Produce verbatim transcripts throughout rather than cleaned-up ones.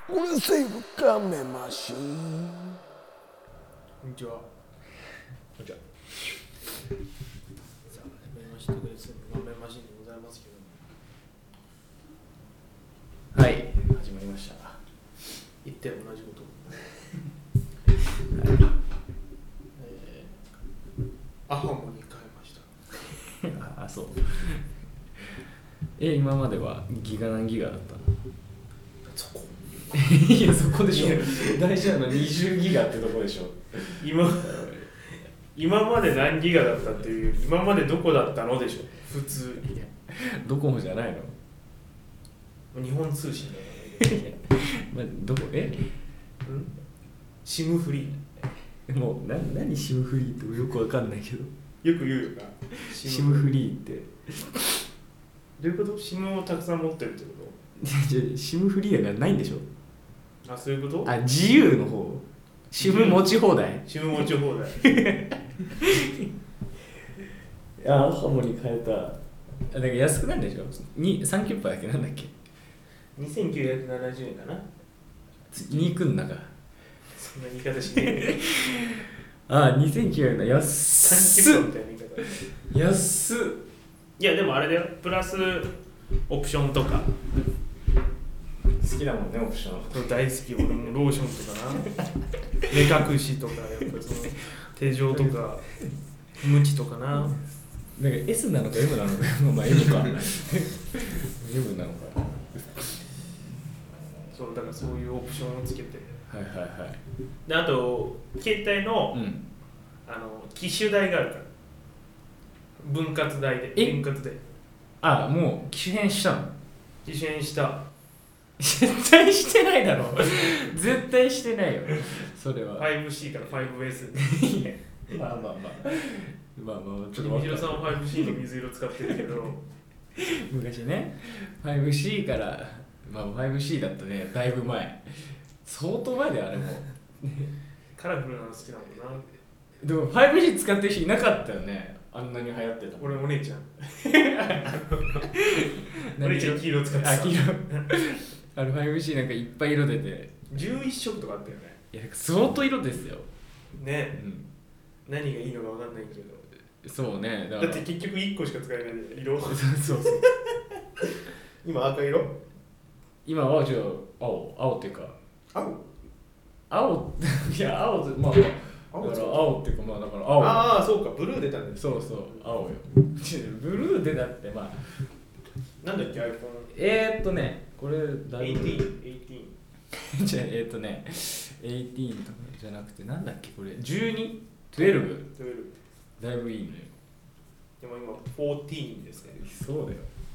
うるせえ深めましょう。 こんにちは。こんにちは。さあ、始めました。グレスの豆マシンでございますけど。はい、始まりました。言って同じこと。はい。えー、アハモに変えました。 あ、そう。え、今まではギガ何ギガだったの？ そこ。 いや、そこでしょ。大事なのにじゅうギガってとこでしょ。 今、今まで何ギガだったっていう、今までどこだったのでしょ。普通。 いや、ドコモじゃないの？ 日本通信だからね。 まあ、どこえ？ うんシムフリー。 もうな何シムフリーってよくわかんないけど。 よく言うよな。 シムフリーって。 どういうこと？シムをたくさん持ってるってこじゃシムフリーだからないんでしょ？ と？あ、そういうこと？ あ、自由の方。シム持ち放題。 シム持ち放題。 あ、ハモに変えた。あ、だから安くないんでしょ？にさんキュッパだっけなんだっけ？ にせんきゅうひゃくななじゅうえんかな。 にくんだか。 そんな言い方しねえ。 あ、にせんきゅうひゃくだ。安っ。 さんキュッパみたいな言い方。 安っ。 いやでもあれだよ。プラスオプションとか。 好きだもんね、オプション。 大好き。俺もローションとかな。目隠しとか、やっぱりその手錠とか、ムチとかな。 なんか S なのか M なのか、まあ M か。M なのか。 そうだからそういうオプションをつけて。 はいはいはい。 であと携帯の、 うん、 あの機種代があるから。分割代で。 え分割で。 あ、もう機種変したの？ 機種変した。 絶対してないだろ。絶対してないよ。それは。 ファイブシー から ファイブエス。 いや、まあまあまあ。まあまあ、ちょっとみひろさんは ファイブシー の水色使ってるけど。 昔ね、ファイブシー から、まあ ファイブシー だったね、だいぶ前。相当前だよ、あれも。 カラフルなの好きなもんな。 でも ファイブジー 使ってる人いなかったよね。あんなに流行ってた。 俺お姉ちゃん。お何姉ちゃん黄色使ってた。 あ、黄色。あの ファイブシー なんかいっぱい色出て。 じゅういっしょくとかあったよね。 いや、相当色ですよ。 ね、 うん、 何がいいのか分かんないけど。 そうね。 だ, だって結局いっこしか使えないで色。 そうそうそう。 今赤色？ 今はじゃあ青、青っていうか。 青？ 青いや、青って、まあまあ、だから青っていうか、まあだから青。 ああ、そうか、ブルー出たんだよ。 そうそう、青よ。ブルー出たって、まあ。 なんだっけ、iPhone。 えーっとね、これ、だいぶ。 じゅうはち。 じゃあ、えーっとね、じゅうはちとかじゃなくて、なんだっけ、これ、じゅうに？じゅうに？ じゅうに。 だいぶいいのよ。 でも今、じゅうよんですね。 そうだよ。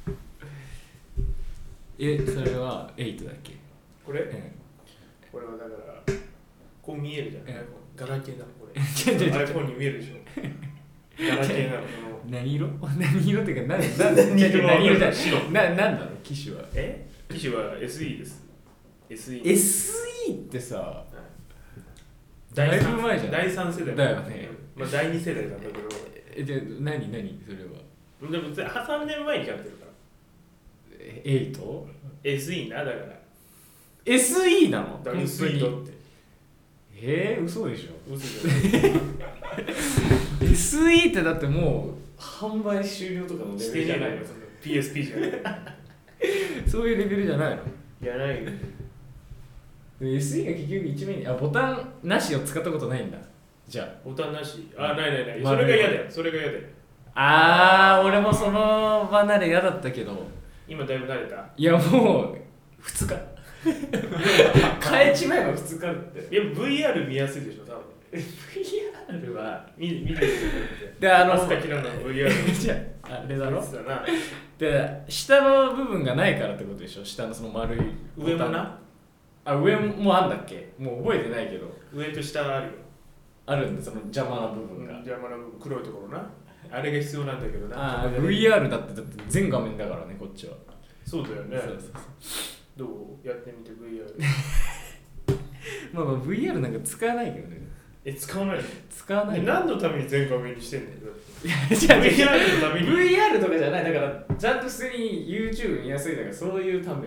え、それははちだっけ？ これ、 うん、 これはだから、こう見えるじゃん。 うん、 ガラケーなの、これ。 違う違う違う iPhone に見えるでしょ。ガラケーなの、この。 何色？何色っていうか、何何色何色だ白。な、なんだろう、機種は。 え？機種は エスイー です。エスイー。 エスイー ってさ、 はい、 だいぶ前じゃん。 だいさん世代だよね。 まあだいに世代なんだけど。 え、じゃあ何何それは。 でもさんねんまえに買ってるから。 え、はち？ エスイー な、だから。 エスイー なの？ だから エスイー だって。 えー、嘘でしょ。 嘘じゃない。 エスイー ってだってもう販売終了とかのレベルじゃないの？ ピーエスピー じゃない。 そういうレベルじゃないの？ いや、ないよ。 エスイー が結局一面に、あ、ボタンなしを使ったことないんだ。じゃあ。 ボタンなし。あ、ないないない。それが嫌だよ。それが嫌だよ。 あー、俺もその離れ嫌だったけど。 今だいぶ慣れた。 いや、もうふつか。変えちまえばふつかって。 いや、ブイアール 見やすいでしょ、多分。 ブイアール は見見てるで、あの、 アスカキラの ブイアール。 じゃあ、あれだろだな。 で、下の部分がないからってことでしょ。下のその丸い上もな。 あ、上もあんだっけ？もう覚えてないけど。 上と下あるよ。 あるんだ、その邪魔な部分が。 うん、邪魔な部分、黒いところな。あれが必要なんだけどな。 ああ、ブイアール だってだって全画面だからね、こっちは。 そうだよね。 そうそうそう。 どうやってみて ブイアール。 まあまあ ブイアール なんか使わないけどね。 え、使わないの？ 使わない。 何のために全画面にしてんのよ。 いや、じゃあブイアール のために。 ブイアール とかじゃない。だから、ちゃんと普通に YouTube 見やすいだから、そういうためよ。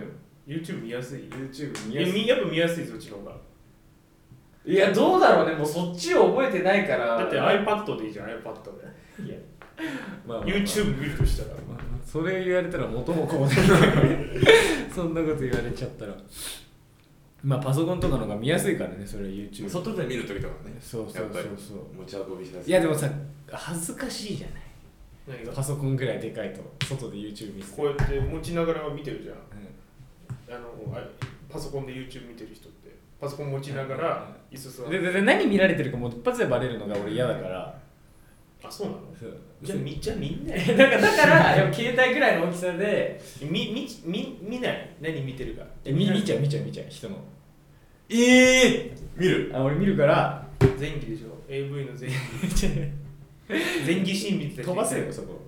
YouTube 見やすい YouTube 見いややすい。 みやっぱ見やすいそっちの方がいやどうだろうね、もうそっちを覚えてないからだって iPad でいいじゃん iPad でいや、まあまあまあ、 YouTube 見るとしたらまあまあそれ言われたら元も子もないそんなこと言われちゃったらまあパソコンとかの方が見やすいからね、それは YouTube 外で見るときとかね、 そうそうそうそう持ち運びしやすい。 いやでもさ恥ずかしいじゃない何がパソコンぐらいでかいと外で YouTube 見せてこうやって持ちながら見てるじゃんうんあのあパソコンで YouTube 見てる人ってパソコン持ちながら椅子座ってででで何見られてるかもう一発でバレるのが俺嫌だからあそうなのそうじゃあみじゃあみんなよだからだからでも携帯ぐらいの大きさでみみみ見ない何見てるかえ見見ちゃう見ちゃう見ちゃう人のええー、見る。 あ俺見るから前期でしょ エーブイ の前期前期シーン見てた飛ばせよそこ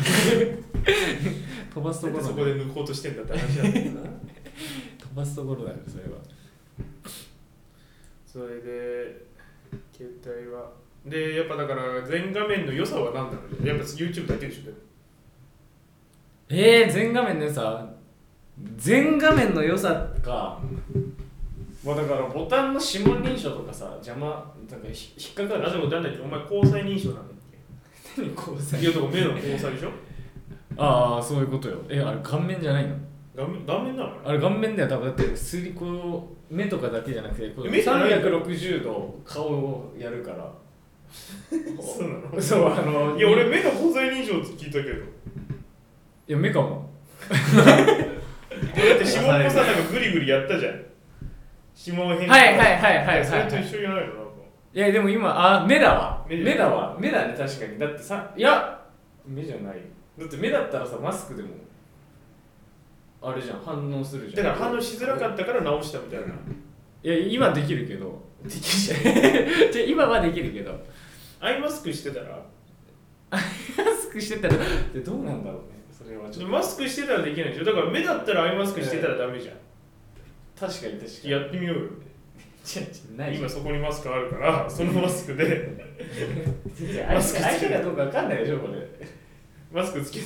飛ばすところそこで抜こうとしてんだって話なんだけどな飛ばすところだからそれはそれで携帯はでやっぱだから全画面の良さは何だろうねやっぱ YouTube だけでしょでもえー、全画面の良さ全画面の良さかまあだからボタンの指紋認証とかさ邪魔なんかひ引っかかるあでもなんだっけお前交際認証なんだっ何こうけいやだから目の交際でしょああそういうことよえあれ顔面じゃないの顔面顔面なのあれ顔面だよ多分だってすりこう目とかだけじゃなくてこう目じゃないさんびゃくろくじゅうど顔をやるからそうなのそうあのいや俺目の交際認証って聞いたけどいや目かもだって指紋もさなんかグリグリやったじゃん指紋変はいはいはいはいそれとはい一緒じゃないのなんかいやでも今あ目だわ目目だわ目だね確かにだってさいや目じゃないだって目だったらさマスクでもあれじゃん反応するじゃんだから反応しづらかったから直したみたいないや今できるけどできるじゃんじゃ今はできるけどアイマスクしてたらマスクしてたらでどうなんだろうねそれはちょっとマスクしてたらできないでしょだから目だったらアイマスクしてたらダメじゃん確かに確かにやってみようよ違う違うないじゃん今そこにマスクあるからそのマスクでマスクつけ相手がどうかわかんないでしょこれマスクつけて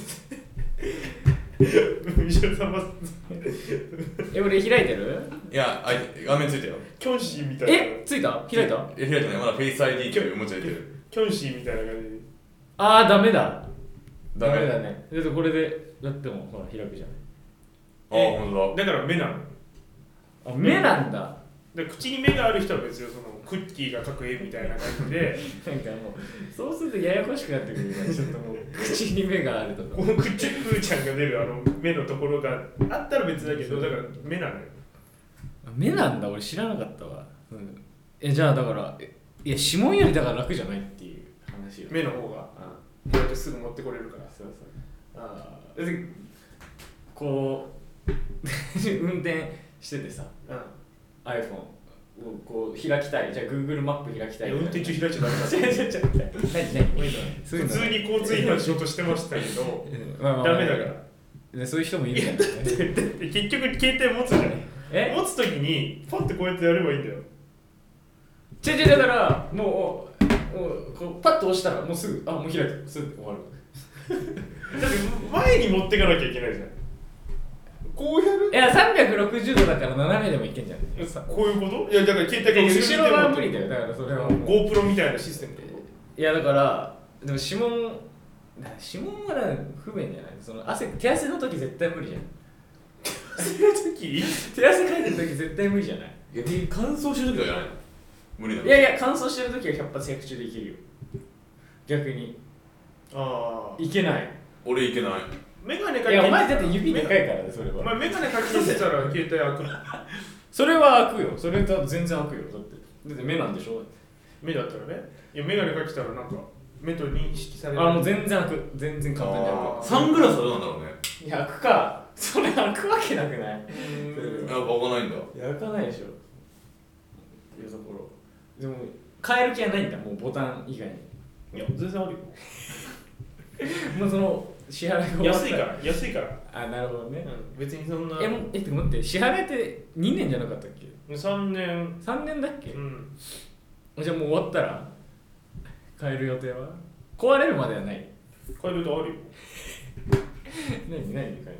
藤原さんマスクえ俺開いてるいや、あい画面ついたよ。 キョンシーみたいなえついた開いたえ、開いてない。まだフェイス アイディー っていうおもちゃ入れてる。 キョンシーみたいな感じであーダメだダメだねだってこれでやってもほら開くじゃんああ、ほんとだから目なのあ目なんだで口に目がある人は別にそのクッキーが描く絵みたいな感じでなんかもうそうするとややこしくなってくるからちょっともう口に目があるとかこのクッチュクーちゃんが出るあの目のところがあったら別だけどだから目なのよ目なんだ俺知らなかったわ、うん、えじゃあだからえいや指紋よりだから楽じゃないっていう話よ目の方がこうやってすぐ持ってこれるからそうそうあだってこう運転しててさあ iPhone をこう開きたいじゃあ Google マップ開きたいいや運転中開いちゃダメだ違う違う違う何何そういうの普通に交通違反しようとしてましたけどまあまあまあダメだからでそういう人もいるじゃない結局携帯持つじゃんえ持つときにパッてこうやってやればいいんだよ違う違うだからもうもうこうパッと押したらもうすぐあもう開いてすぐ終わるだって前に持ってかなきゃいけないじゃんこうやるいやさんびゃくろくじゅうどだから斜めでもいけんじゃんこういうこといやだから携帯が後ろはに無理だよだからそれはもう GoPro みたいなシステムでいやだからでも指紋指紋はな不便じゃないその汗手汗の時絶対無理じゃんその時手汗かいてる時絶対無理じゃないいや、で乾燥してる時はやらないの無理なのいやいや乾燥してる時は百発百中できるよ逆にああいけない俺いけない。 メガネかいやお前だって指でかいからねそれはお前メガネかけてたら携帯開くのそれは開くよそれと全然開くよだってだって目なんでしょ目だったらねいやメガネかけたらなんか目と認識されるあもう全然開く全然簡単に開あーサングラスはどうなんだろうね。 くいや開くかそれ開くわけなくないうんやっぱ開かないんだ。 いや開かないでしょいうところでも変える気はないんだもうボタン以外にいや全然あるよもうその支払いが終わった安いから安いからあなるほどね、 うん別にそんなえもえって待って支払いってにねんじゃなかったっけさんねんさんねんだっけ、 うんじゃあもう終わったら変える予定は壊れるまではない変えるとあるよ何何で変える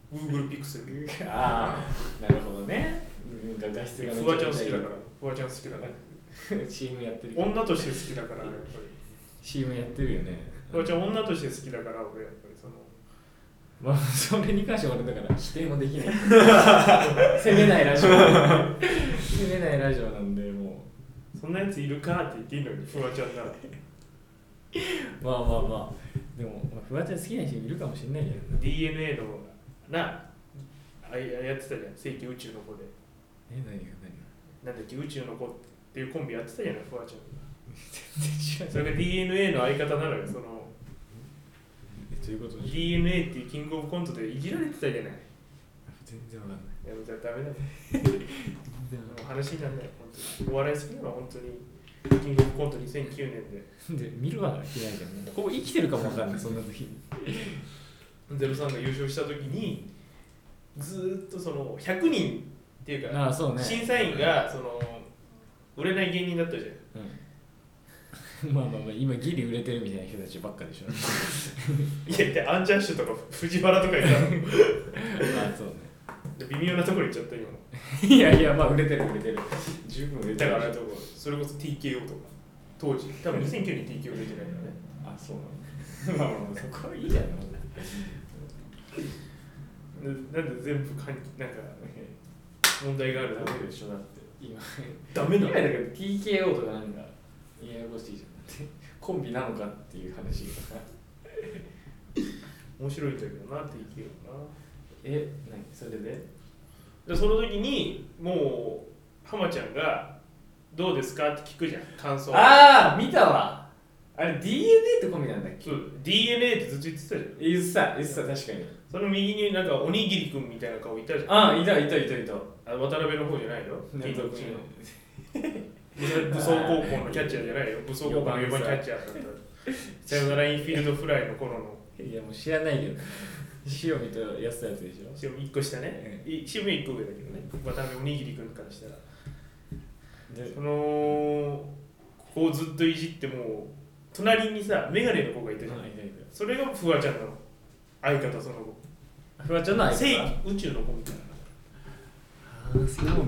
Google ピクセル。 ああなるほどね。なんか画質がフワちゃん好きだからフワちゃん好きだからシーエム やってる女として好きだからやっぱりシーエム やってるよね。 フワちゃん女として好きだから俺やっぱりそのまあそれに関しては俺だから否定もできない責めないラジオ責めないラジオなんでもそんなやついるかって言っていいのにフワちゃんならうまあまあまあでもまあフワちゃん好きな人いるかもしれないけどディーエヌエー のなあやってたじゃん世紀宇宙の子でえ何が何がなんだっけ宇宙の子っていうコンビやってたじゃないフワちゃん全然知らないそれが ディーエヌエー の相方なのよそのどういうことディーエヌエー っていうキングオブコントでいじられてたじゃない全然わかんないいやじゃあダメだ全然わもう話にならない本当にお笑い好きなのは本当にキングオブコントにせんきゅうねんでかんないで見るわけないけどねここ生きてるかもわかんないそんな時にゼロさんが優勝した時にずーっとそのひゃくにんっていうかああそうね審査員がその売れない芸人だったじゃんうんまあまあまあ今ギリ売れてるみたいな人たちばっかでしょいやでアンジャッシュとか藤原とかいたのあそうねで微妙なところ行っちゃった今いやいやまあ売れてる売れてる十分売れてるだからとこそれこそ ティーケーオー とか当時多分にせんきゅうねん ティーケーオー 売れてないからねあそうなのまあまあそこはいいじゃんななんで全部かんなんか問題があるダメでしょだって今ダメなの今だけど ティーケーオー とかなんかややこしいじゃんコンビなのかっていう話が面白いんだけどな ティーケーオー なえ何それででその時にもう浜ちゃんがどうですかって聞くじゃん感想ああ見たわあれ ディーエヌエー ってコンビなんだっけそう ディーエヌエー ってずっと言ってたじゃん言ってた言ってた確かにその右になんかおにぎりくんみたいな顔いたじゃんああいたいたいたいたあ渡辺の方じゃないよね金属の武装高校のキャッチャーじゃないよ武装高校のよばんキャッチャーだったサヨナラインフィールドフライの頃のいやもう知らないけど塩見とやってたやつでしょシムいっこ下ね、いシムいっこ上だけどね渡辺おにぎりくんからしたらでそのここをずっといじってもう隣にさメガネの子がいたじゃん、 いたいたそれがフワちゃんの相方その後フワちゃんの相正方義宇宙の子みたいなああそうなんだ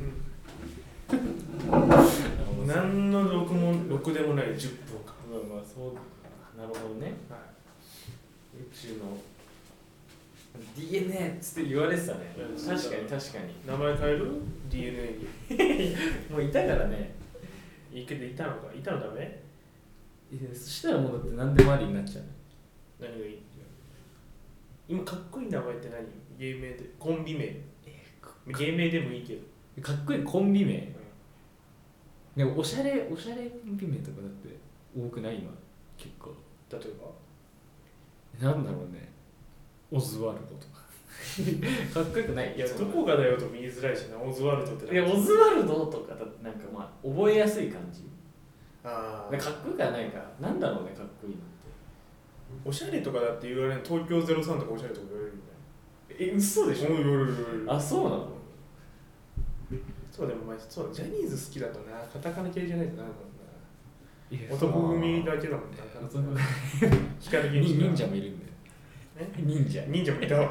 何の録も録でもないじゅっぷんかまあまあそうなるほどね、 は宇宙の ディーエヌエー っつって言われてたね確かに確かに名前変える ディーエヌエーもういたからねにいいけどいたのかいたのダメいやそしたらもうだって何でもありになっちゃう何がいい今かっこいい名前って何芸名でコンビ名芸名でもいいけどかっこいいコンビ名、でもおしゃれおしゃれコンビ名とかだって多くない今結構例えなんだろうねオズワルドとかかっこよくないいやばどこがだよとも言いづらいしなオズワルドっていやオズワルドとかだってなんかまあ覚えやすい感じあかっこよくはないからなんだろうねかっこいいのっておしゃれとかだって言われる東京ゼロさんとかおしゃれとか言われるよねえ嘘でしょ言われる言われるあそうなのそうでもまあそうだジャニーズ好きだとなカタカナ系じゃないとなるもんいやな男組だけだもんな男組光源氏忍者もいるんだよえ忍者忍者もいたわ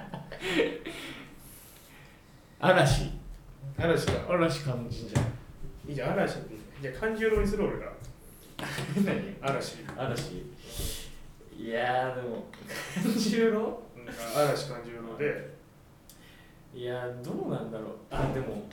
嵐嵐か嵐感じじゃんいいじゃん嵐ってじゃあ勘十郎にする俺ら何嵐嵐いやーでも勘十郎うん嵐勘十郎でいやーどうなんだろうあでも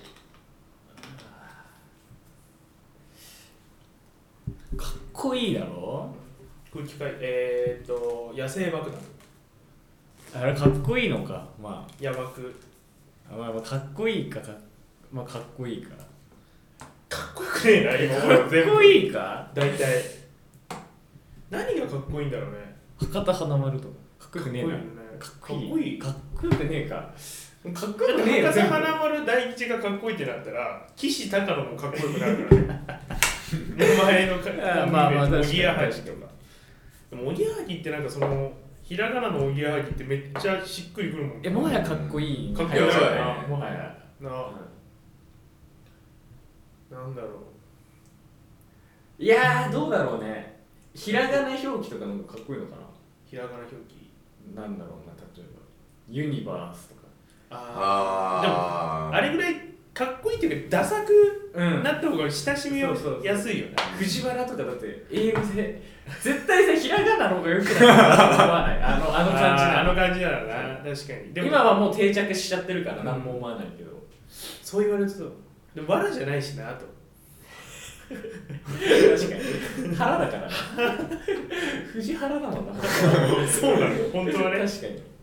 かっこいいだろ空気階えー、っと野生爆弾あれかっこいいのかま野爆あまあまあかっこいいかかまあかっこいいかかっこよくねえな今俺か全部っこいいか大体何がかっこいいんだろうね博多華丸とかかっこよくねえなかかっこいいかっこよくねえかかっこよくだって博多ねえよ全部華丸大吉がかっこいいってなったら岸高野もかっこよくなるからね名前のかあまあまあ確かにおぎやはぎとかでもおぎやはぎってなんかそのひらがなのおぎやはぎってめっちゃしっくりくるもんえもはやかっこいいかっこいいはそうだねなもはやななんだろういやーどうだろうねひらがな表記とかの方がかっこいいのかなひらがな表記なんだろうな例えばユニバースとか。 ああでもあれぐらいかっこいいっていうかダサくなった方が親しみやすいよね。 藤原とかだって英語で絶対さひらがなの方がよくない思わないあのあの感じなあの感じなのな確かに。 でも今はもう定着しちゃってるから何も思わないけど、うん、 そう言われるとでもわらじゃないしなと確かに腹だから藤原だもんなそうなのよ本当はね確かに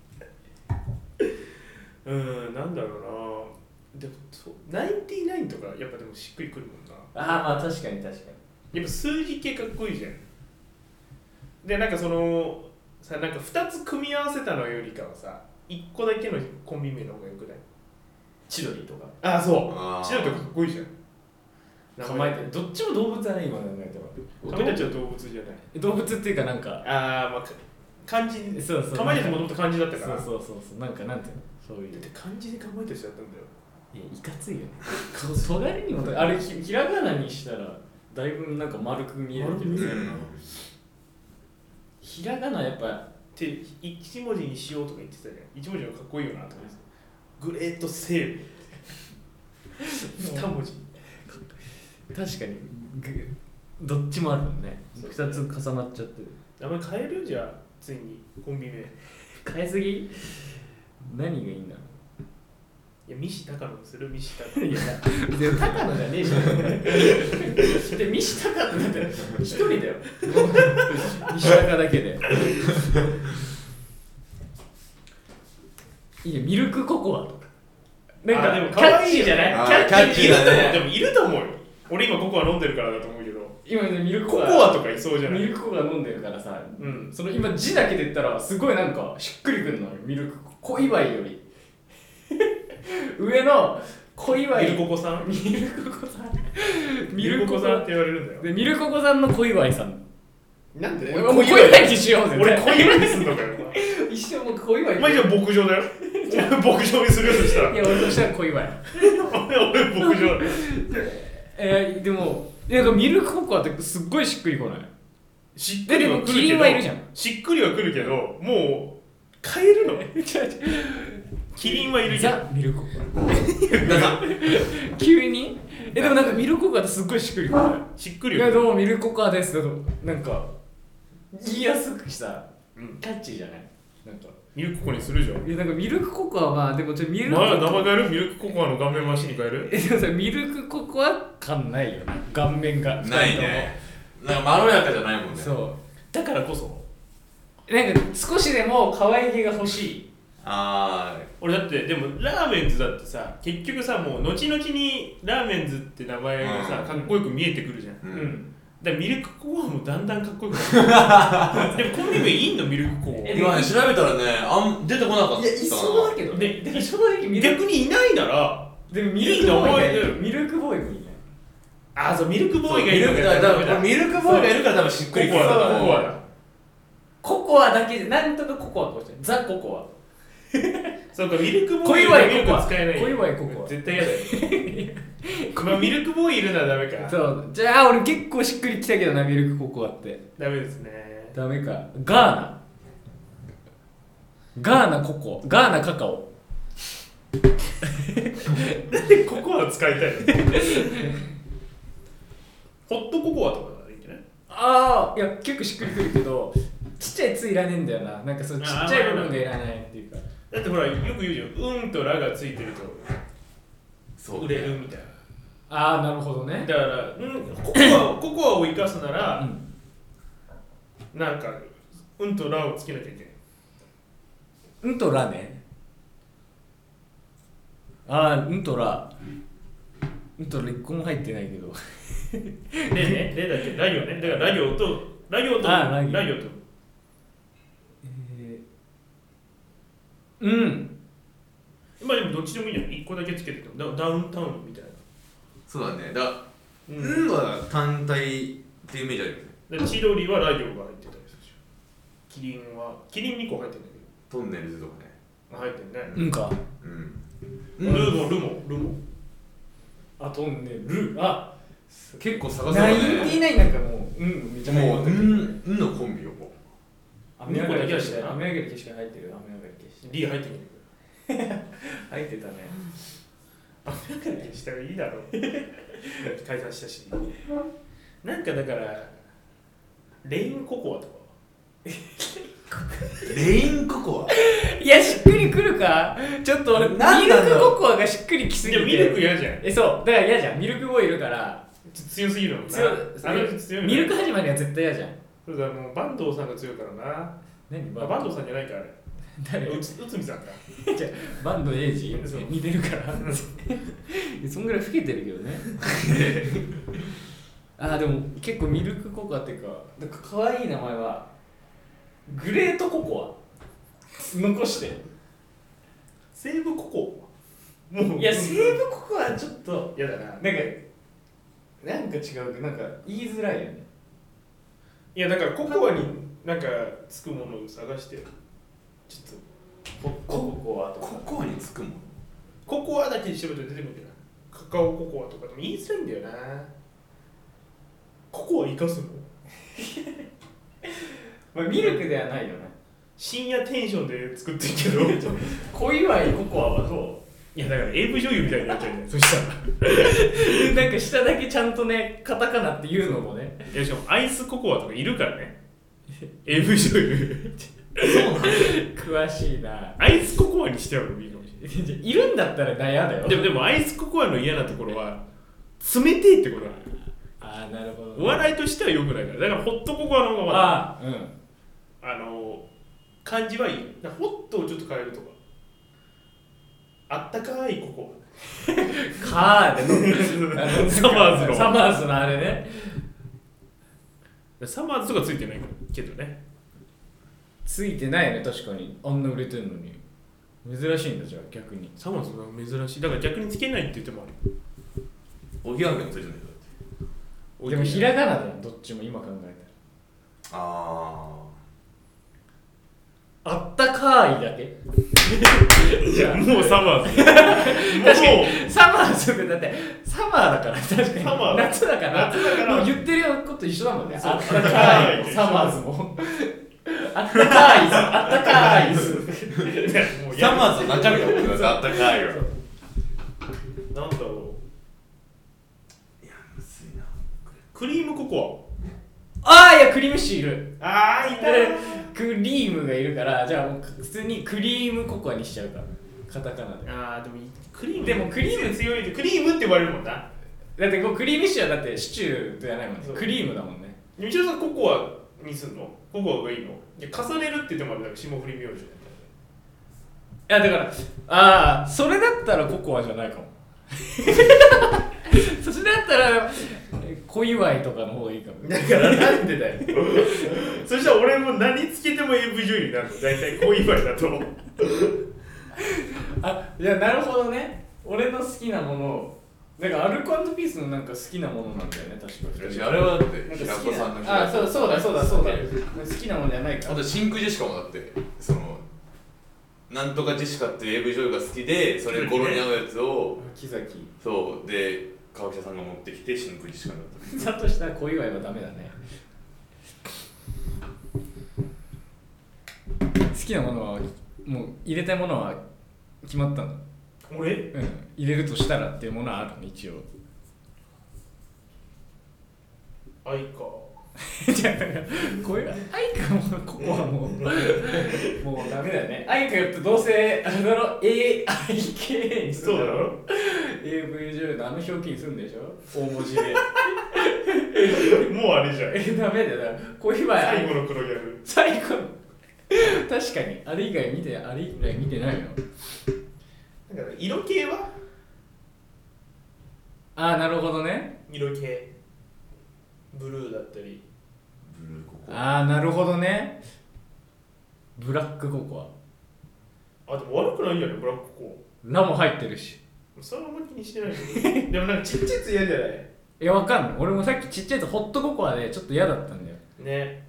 うんなんだろうなでもそうナインティナインとかやっぱでもしっくりくるもんな。 ああまあ確かに確かにやっぱ数字系かっこいいじゃん。でなんかそのさなんかふたつ組み合わせたのよりかはさいっこだけのコンビ名の方がよくない？ 千鳥とかああそうあー千鳥とかかっこいいじゃん。 構えてるどっちも動物だね今考えては。 かまいたちは動物じゃない動物っていうかなんかああまあ漢字そうそうかまいたちもともと漢字だったからそうそうそうそうなんかなんていうのそういうだって漢字でかまいたちだったんだよ。 いやいかついよねとがりにもあれ ひ, ひらがなにしたらだいぶなんか丸く見えるけど、ひらがなやっぱって一文字にしようとか言ってたじゃん。一文字はかっこいいよなと思ってグレートセーブ二文字確かにどっちもあるもんねふたつ重なっちゃってる。 名前変えるじゃあついにコンビ名。 変えすぎ何がいいんだろいや西高野にする西高ういやでも高野じゃねえしで西高野なんて一人だよ西高だけでいやミルクココアとかなんかでもキャッチーじゃない？ あーキャッチーだね。 でもいると思うよ。俺今ココア飲んでるからだと思うけど今ねミルクコココアとかいそうじゃない？ ミルクココア飲んでるからさ、 うん、 その今字だけで言ったらすごいなんかしっくりくるのよ。ミルク小祝いより上の小祝いミルココさんミルクココさんミルココさんって言われるんだよ。 でミルココさんの小祝いさんなんで俺もう小祝いにしようぜ俺小祝いにすんのかよ一生もう小祝いお前じゃあ牧場だよ俺牧場にするよとしたらいや俺としたら小祝い俺牧場えー、でもなんかミルクココアってすっごいしっくりこない。 しっくりは来るけどキリンはいるじゃん。しっくりは来るけどもう変えるのキリンはいるじゃん。 ザ・ミルクココア急にえでもなんかミルクココアってすっごいしっくりこない。 しっくりいやどうもミルクココアですけどなんか言いやすくさ、うん、キャッチーじゃないなんかミルクココアにするじゃん。 いやなんかミルクココアはでもちょっとミルクココアまあ名前変えるミルクココアの顔面回しに変えるえでもさミルクココア感ないよね顔面がないね。なんかまろやかじゃないもんね。 そうだからこそなんか少しでも可愛げが欲しい。 ああ。 俺だってでもラーメンズだってさ結局さもう後々にラーメンズって名前がさ、うん、かっこよく見えてくるじゃん、 うん、 だからミルクココアもだんだんかっこよくなるでもコンビ名いいのミルクココア今ね調べたらねあん出てこなかった。 いやいそうだけどねでも正直ミルク逆にいないならでもミルクボーイがいるミルクボーイもいない。 あそうミルクボーイがいるミルクだからミルクボーイがいるから多分しっくりくる。 ココアだココアだココアだけでなんとかココアとしてザ・ココアそうかミルクボーイ小祝いココア使えない小祝いココア絶対嫌だよまあミルクボーイいるならダメかそうじゃあ俺結構しっくりきたけどなミルクココアってダメですねダメかガーナガーナココガーナカカオなんでココア使いたいのホットココアとかがいいんじゃない？ ああいや結構しっくりくるけどちっちゃい「つ」いらねえんだよななんかそのちっちゃい部分がいらないっていうかだってほらよく言うじゃんうんとらがついてるとそう売れるみたいなああなるほどねだから、うん、ココアココアを生かすなら、うん、なんかうんとらをつけなきゃいけないうんとらねああうんとらうんとら一個も入ってないけどレねレだっけラ行ねだからラ行とラ行とラ行とえー、うんまあでもどっちでもいいじゃんいっこだけつけててもダウンタウンみたいなそうだねだうん、 うんは単体っていうイメージあるよね。 で千鳥はラ行が入ってたりするじゃんキリンはキリンにこ入ってるんだけトンネルズとかね。 ど入ってるね、 うんかうん。 ルもルもルもあとんねるあ結構探せばナインね。 ティナインなんかもううんめちゃめちゃもううんうんのコンビよも雨上がり消しうんこだけだしな雨上がり消しが入ってる雨上がり消しリ入ってるんだけど入ってたね。 あ、なんかねしたらいいだろう解散したしなんかだからレインココアとかレインココアいや、しっくりくるか。ちょっと俺ミルなんなんだろうクココアがしっくりきすぎて。 いやミルク嫌じゃんえ、そうだから嫌じゃん。ミルクボーイいるから強すぎるもんな強あの人強いもんミルク始まりは絶対嫌じゃん。 そうだもう坂東さんが強いからな何あ坂東さんじゃないかあれ誰うつ内海さんかじゃあバンドエイジそう似てるからそんぐらい老けてるけどねあーでも結構ミルクココアっていうかなんか可愛い名前はグレートココア残して西武ココアもういや西武ココアはちょっと嫌だななんかなんか違うなんか言いづらいよねいやだからココアになんかつくものを探してよちょっとコココアとかココアにつくもんココアだけに調べて出てくるんだよなカカオココアとかでも言いづらいんだよなココア生かすのまあミルクではないよね深夜テンションで作ってるけど小祝いココアはどいやだから エーブイ 女優みたいになっちゃうじゃんそしたらうなんか下だけちゃんとねカタカナっていうのもねいやしかもアイスココアとかいるからね エーブイ 女優そうなんだ詳しいなアイスココアにしてはもいいかもしれいるんだったら悩だよないでもでもアイスココアの嫌なところは冷てえってことだああなるほど、 お笑いとしては良くないからだからホットココアの方がまだああうんあの感じはいいだからホットをちょっと変えるとかあったかいココカーでのアサマーズのサマーズのあれねサマーズとかついてないけどねついてないね確かにあんな売れてるのに珍しいんだじゃあ逆にサマーズが珍しいだから逆につけないって言ってもあるおぎやはぎもついてないんだってでもひらがなだよどっちも今考えあたらあったかいだけじゃあもうサマーズ確かにサマーズってだってサマーだから確かにサマー夏だから夏だからもう言ってること一緒だもんねそうあったかいサマーズもあったかいあったかいもうサマーズの中身が僕だあったかいよなんだろういやむずいなクリームココああいやクリームシーいるアあーいたでクリームがいるからじゃあもう普通にクリームココアにしちゃうからカタカナであーでもいいクリームでもクリーム強いでクリームって言われるもんなだってこうクリームシチューはだってシチューじゃないもんねそうクリームだもんねみちおさんココアにすんのココアがいいのいや重ねるって言ってもあれだから霜降り明星いやだからああそれだったらココアじゃないかもそれだったら小祝いとかの方がいいかもだからなんでだよそしたら俺も何つけても エーブイ 女優になるの大体小祝いだとあいやなるほどね俺の好きなものをなんかアルコ&ピースのなんか好きなものなんだよね確かにあれはだってなんか平好きな子さんのあそうそうだそうだそうだ好きなものじゃないからあと真空ジェシカもだってそのなんとかジェシカっていう エーブイ 女優が好きでそれ語呂に合うやつを木崎そうで川北さんが持ってきて真空ジェシカになっただとしたら小祝いはダメだね好きなものはもう入れたいものは決まったの俺うん入れるとしたらっていうものはあるの一応愛かじゃあだからこういう愛かもここはもうもうダメだよね愛かよってどうせあれだろ エーアイケー にするんだろ エーブイ 女優のあの表記にするんでしょ大文字でもうあれじゃんえダメだよだから小祝い最後の黒ギャル最後の確かにあれ以外見てあれ以外見てないのだから色系はああなるほどね色系ブルーだったりブルーココああなるほどねブラックココあでも悪くないよねブラックコアラも入ってるしアそれはあんま気にしてないけどでもなんかちっちゃいやつ嫌じゃないいやわかんない俺もさっきちっちゃいとホットココアでちょっと嫌だったんだよね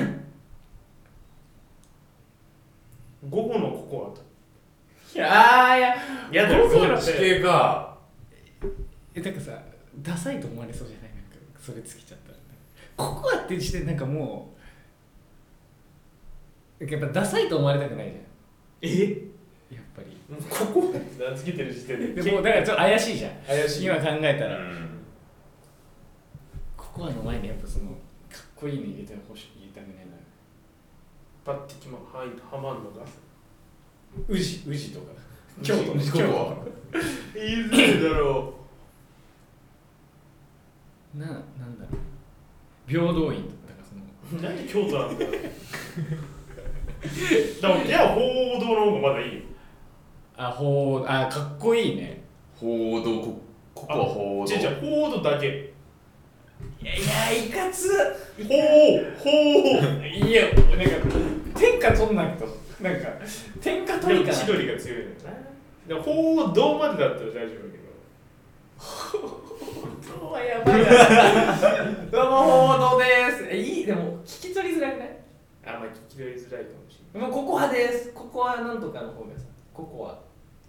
午後のココアといやあいや嫌だよ午後の地形かえなんかさダサいと思われそうじゃないなんかそれつけちゃったらココアって時点でなんかもうやっぱダサいと思われたくないじゃんえやっぱりここって名付けてる時点ででもだからちょっと怪しいじゃん怪しい今考えたら、 うん、 ココアの前にやっぱそのかっこいいの入れてほしい入れたくねえなパッてきまははまんのが宇治宇治とか京都の京都言いづらいだろな、なんだろう平等院とかだからそのうなんで京都なんだよでもいや報道の方がまだいいよあ、ほう、あ、かっこいいね報道こここは報道違う違う報道だけいやいやいかつほうほういや、なんか天下取んないとなんか天下取でもりかな千鳥が強いのよなでも報道までだったら大丈夫だけど報道はやばいなどうも報道ですえ、いい、でも聞き取りづらくないあんまり聞き取りづらいかもしれないもうココアですココアなんとかの方がさココア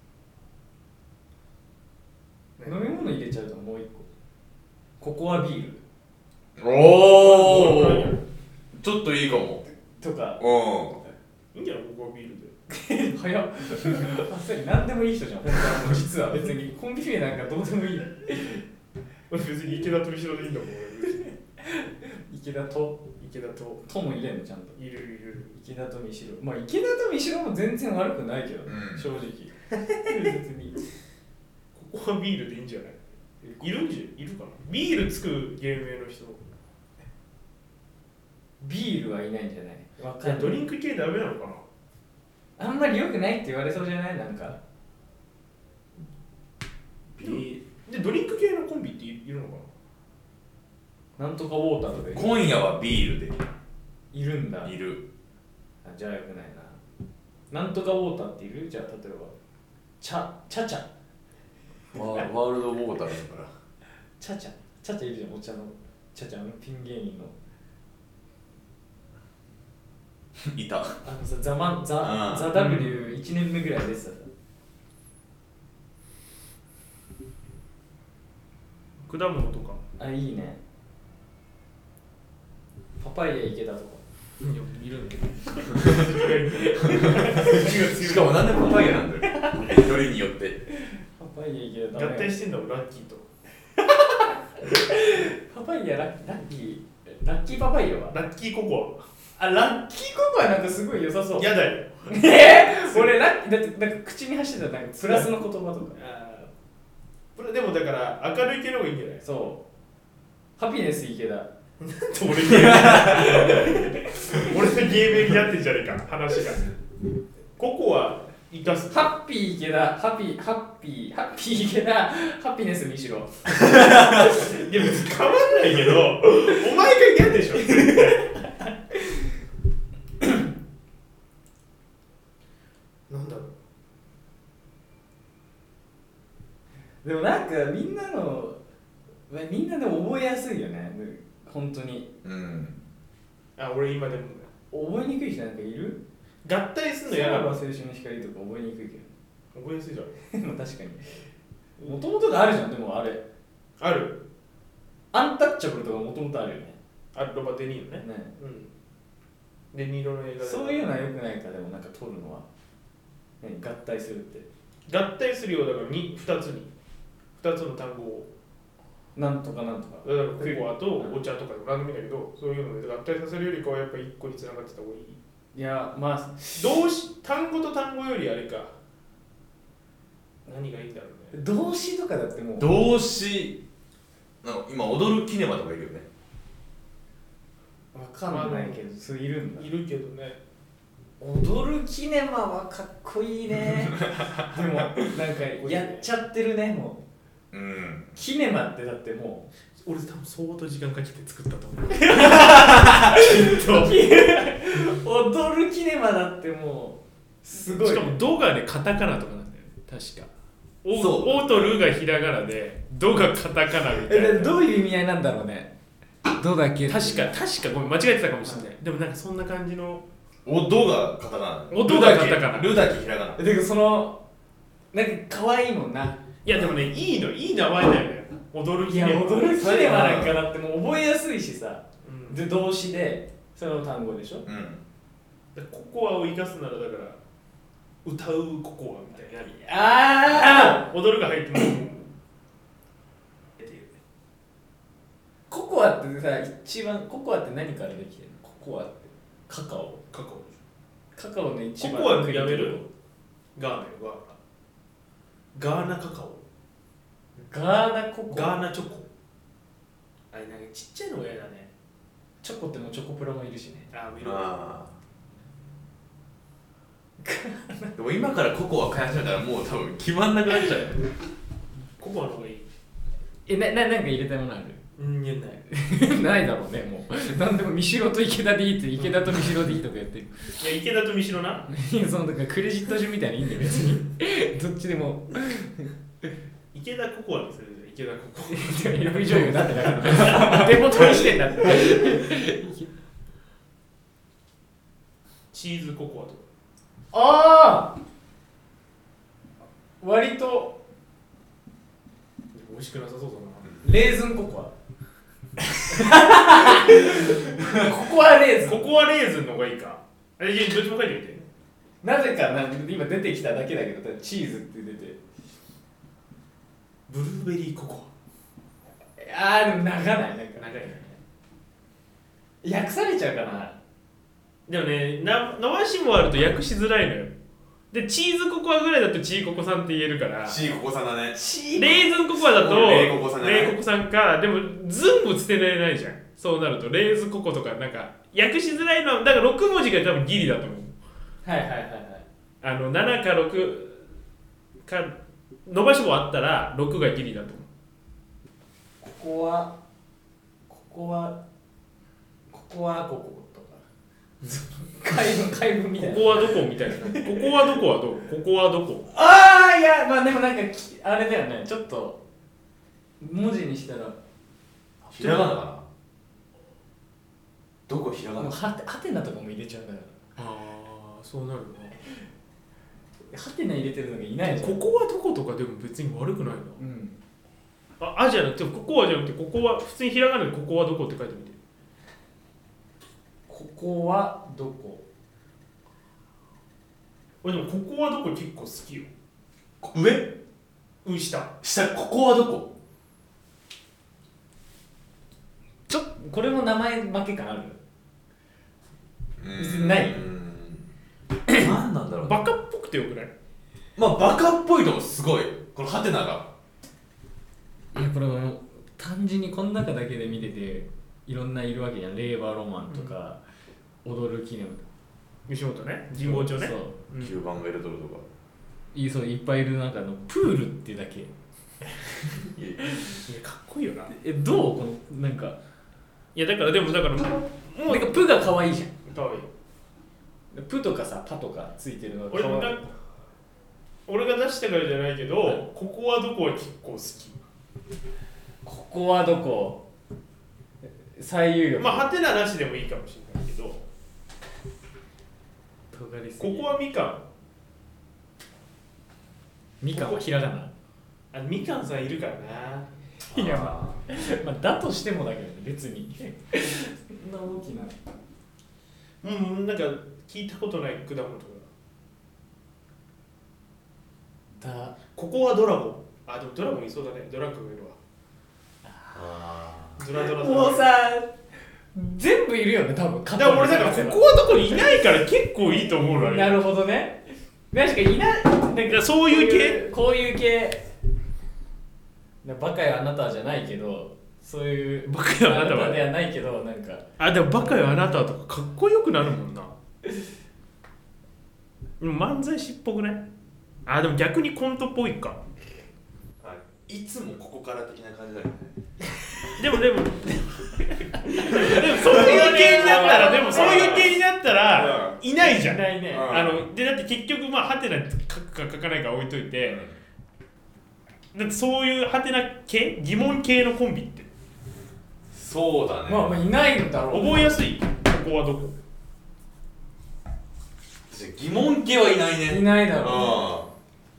飲み物入れちゃうともう一個ココアビールおおちょっといいかもとかういいんじゃないここはビールで早っあっさり何でもいい人じゃん本当はもう実は別にコンビ名なんかどうでもいい俺別に池田と一緒でいいんだもん池田と池田ととも入れんのちゃんといるいる池田と三代まあ池田と三代も全然悪くないけど、 うん正直別にここはビールでいいんじゃないいるんじゃいるかなビールつく芸名の人ビールはいないんじゃないわかんないドリンク系ダメなのかなあんまり良くないって言われそうじゃないなんかビーでドリンク系のコンビっているのかななんとかウォーターとかいる今夜はビールでいるんだいるあじゃあよくないななんとかウォーターっているじゃあ例えばチャチャチャワワールドウォーターだからチャチャチャチャいるじゃんお茶のチャチャのピン芸人のいたあのさザマンザうんザ ダブリューいち 年目ぐらいでさ果物とかあいいねパパイヤ池田とかいやいるんだけどしかもなんでパパイヤなんだよよりによってパパイヤ池田合体してんだもんラッキーとパパイヤラッラッキーラッキーパパイヤはラッキーココあラッキーココアなんかすごい良さそうアやだよえー、俺ラッキーだってなんか口に走ってたなんかプラスの言葉とかこれでもだから明るい系の方がいいんじゃないそうハピネス池田俺芸名俺の芸名になってんじゃねえか話がココア生かすハッピー池田ハッピーハッピーハッピー池田ハピネスにしろいや別に変わんないけどお前が嫌でしょ絶対なんだろうでもなんかみんなのみんなでも覚えやすいよね本当にうんあ俺今でも覚えにくい人なんかいる合体すんの嫌なの青春の光とか覚えにくいけ覚えやすいじゃんどまあ確かにもともとがあるじゃんでもあれあるアンタッチャブルとかもともとあるよねあロバ・デ・ニーロねねうんデ・ニーロの映画でそういうのはよくないかでもなんか撮るのは何合体するって合体するようだからにふたつにふたつの単語をなんとかなんとかだからココアとお茶とか何でもいいんだけどそういうので合体させるよりかはやっぱいっこに繋がってた方がいいいやまあ動詞単語と単語よりあれか何がいいんだろうね動詞とかだってもう動詞なんか今踊るキネマとかいるよねわかんないけどそういるんだいるけどね踊るキネマはかっこいいねでもなんかやっちゃってるねもううんキネマってだってもう俺多分相当時間かけて作ったと思う踊るキネマだってもうすごいしかも「ド」がねカタカナとかなんだよね確かおそうおとるがひらがなで「ド」がカタカナみたいなえどういう意味合いなんだろうねどうだっけ確か確かごめん間違えてたかもしれないでもなんかそんな感じのおどがカタカナおどがカタカナルだけひらがなでもそのなんか可愛いもんないやでもねいいのいい名前だよね踊るいやキネマ踊るキネマなんかだってもう覚えやすいしさうんで動詞でその単語でしょうんでココアを生かすならだから歌うココアみたいな。 あ踊るが入ってもココアってさ、一番ココアって何からできてるの？ココアってカカオカカオカカオの一番ココアやめる？ガーナよ、ガーナガーナカカオガーナココアガーナチョコあれなんかちっちゃいのが嫌だね。 チョコってもチョコプラもいるしね。 あー、見ろ。 あでも今からココア買い始めたらもう多分決まんなくなっちゃうよココアの方がいい。 え、な、な、なんか入れたいものある？ うん、言えない。 ないだろうね、もう。なんでも、三代と池田でいいって、池田と三代でいいとかやってる。 いや、池田と三代な。 いや、その、だからクレジット順みたいないいんだよ、別に。どっちでも。 池田ココアにするじゃん、池田ココア。 エブ女優だってだから手元にしてんだってチーズココアとか。 ああ割と美味しくなさそうだな。 レーズンココアココアレーズンココアレーズンの方がいいか。え、いやどっちも書いてみて。 なぜかな今出てきただけだけどチーズって出てブルーベリーココあーでも長ないなんかア。長いね。 訳されちゃうかな。 でもね、な伸ばしもあると訳しづらいのよ。で、チーズココアぐらいだとチーココさんって言えるから。 チーココさんだね。 チレーズンココアだとレーココさんだね。 レーココさんか。でも全部捨てられないじゃん。そうなるとレーズココとかなんか訳しづらいのはだからろく文字が多分ギリだと思う。 はいはいはいはいあのななかろくか伸ばし棒あったらろくがギリだと思う。 ここはここはここはこことか怪文怪文みたいなここはどこみたいな。ここはどこはどうここはどこああいやまあでもなんかきあれだよねちょっと文字にしたらひらがなかな。どこひらがな。 もうはてはてなとかも入れちゃうんだかああ、そうなるらはてな入れてるのがいないな。 じゃんここはどことかでも別に悪くないな。 うんあ、あじゃなくて、ここはじゃなくて、ここは普通にひらがなでここはどこって書いてみて。 ここはどこ俺でもここはどこ結構好きよ。 上うん、下。 下、ここはどこ。 ちょこれも名前負け感ある別にないうーん何なんだろう。 バカっぽくてよくない？ まあバカっぽいとこすごい。このハテナが。 いやこれも単純にこの中だけで見てていろんないるわけじゃん令和ロマンとか、うん、踊る記念吉本ね神保町ねそううん、 きゅうばんベルトルとかいいそういっぱいいる中のプールっていうだけいやかっこいいよな。 えどうこのなんかいやだからでもだからもうなんかプが可愛いじゃんかわいい。 プとかさパとかついてるのが俺もな俺が出したからじゃないけど、 はい、 ここはどこは結構好き。 ここはどこ最有力まあハテナなしでもいいかもしれないけど、 尖りすこぎこはみかん。 みかんはひらがなあみかんさんいるからな。 いやまあ、まあ、だとしてもだけどね別にそんな大きなうんなんか聞いたことない果物とか。 だここはドラゴン。あでもドラゴンいそうだね。ドラッグもいるわ。 あドラドラドラもうさ全部いるよね多分だから俺だからここはどこにいないから結構いいと思うのね。 なるほどね確かにいないなんかそういう系こういう系バカよあなたはじゃないけどそういうバカよあなたはではないけどなんかあでもバカよあなたとかかっこよくなるもんな。でも漫才師っぽくない？あでも逆にコントっぽいか。 いつもここから的な感じだよね。 でもでもでもそういう系になったらでもそういう系になったらいないじゃん。 いないねあのでだって結局まあハテナ書くか書かないか置いといて、だってそういうハテナ系疑問系のコンビってそうだね。 まあまあいないんだろう覚えやすい。ここはどこ？ 疑問系はいないね。 いないだろう、 あ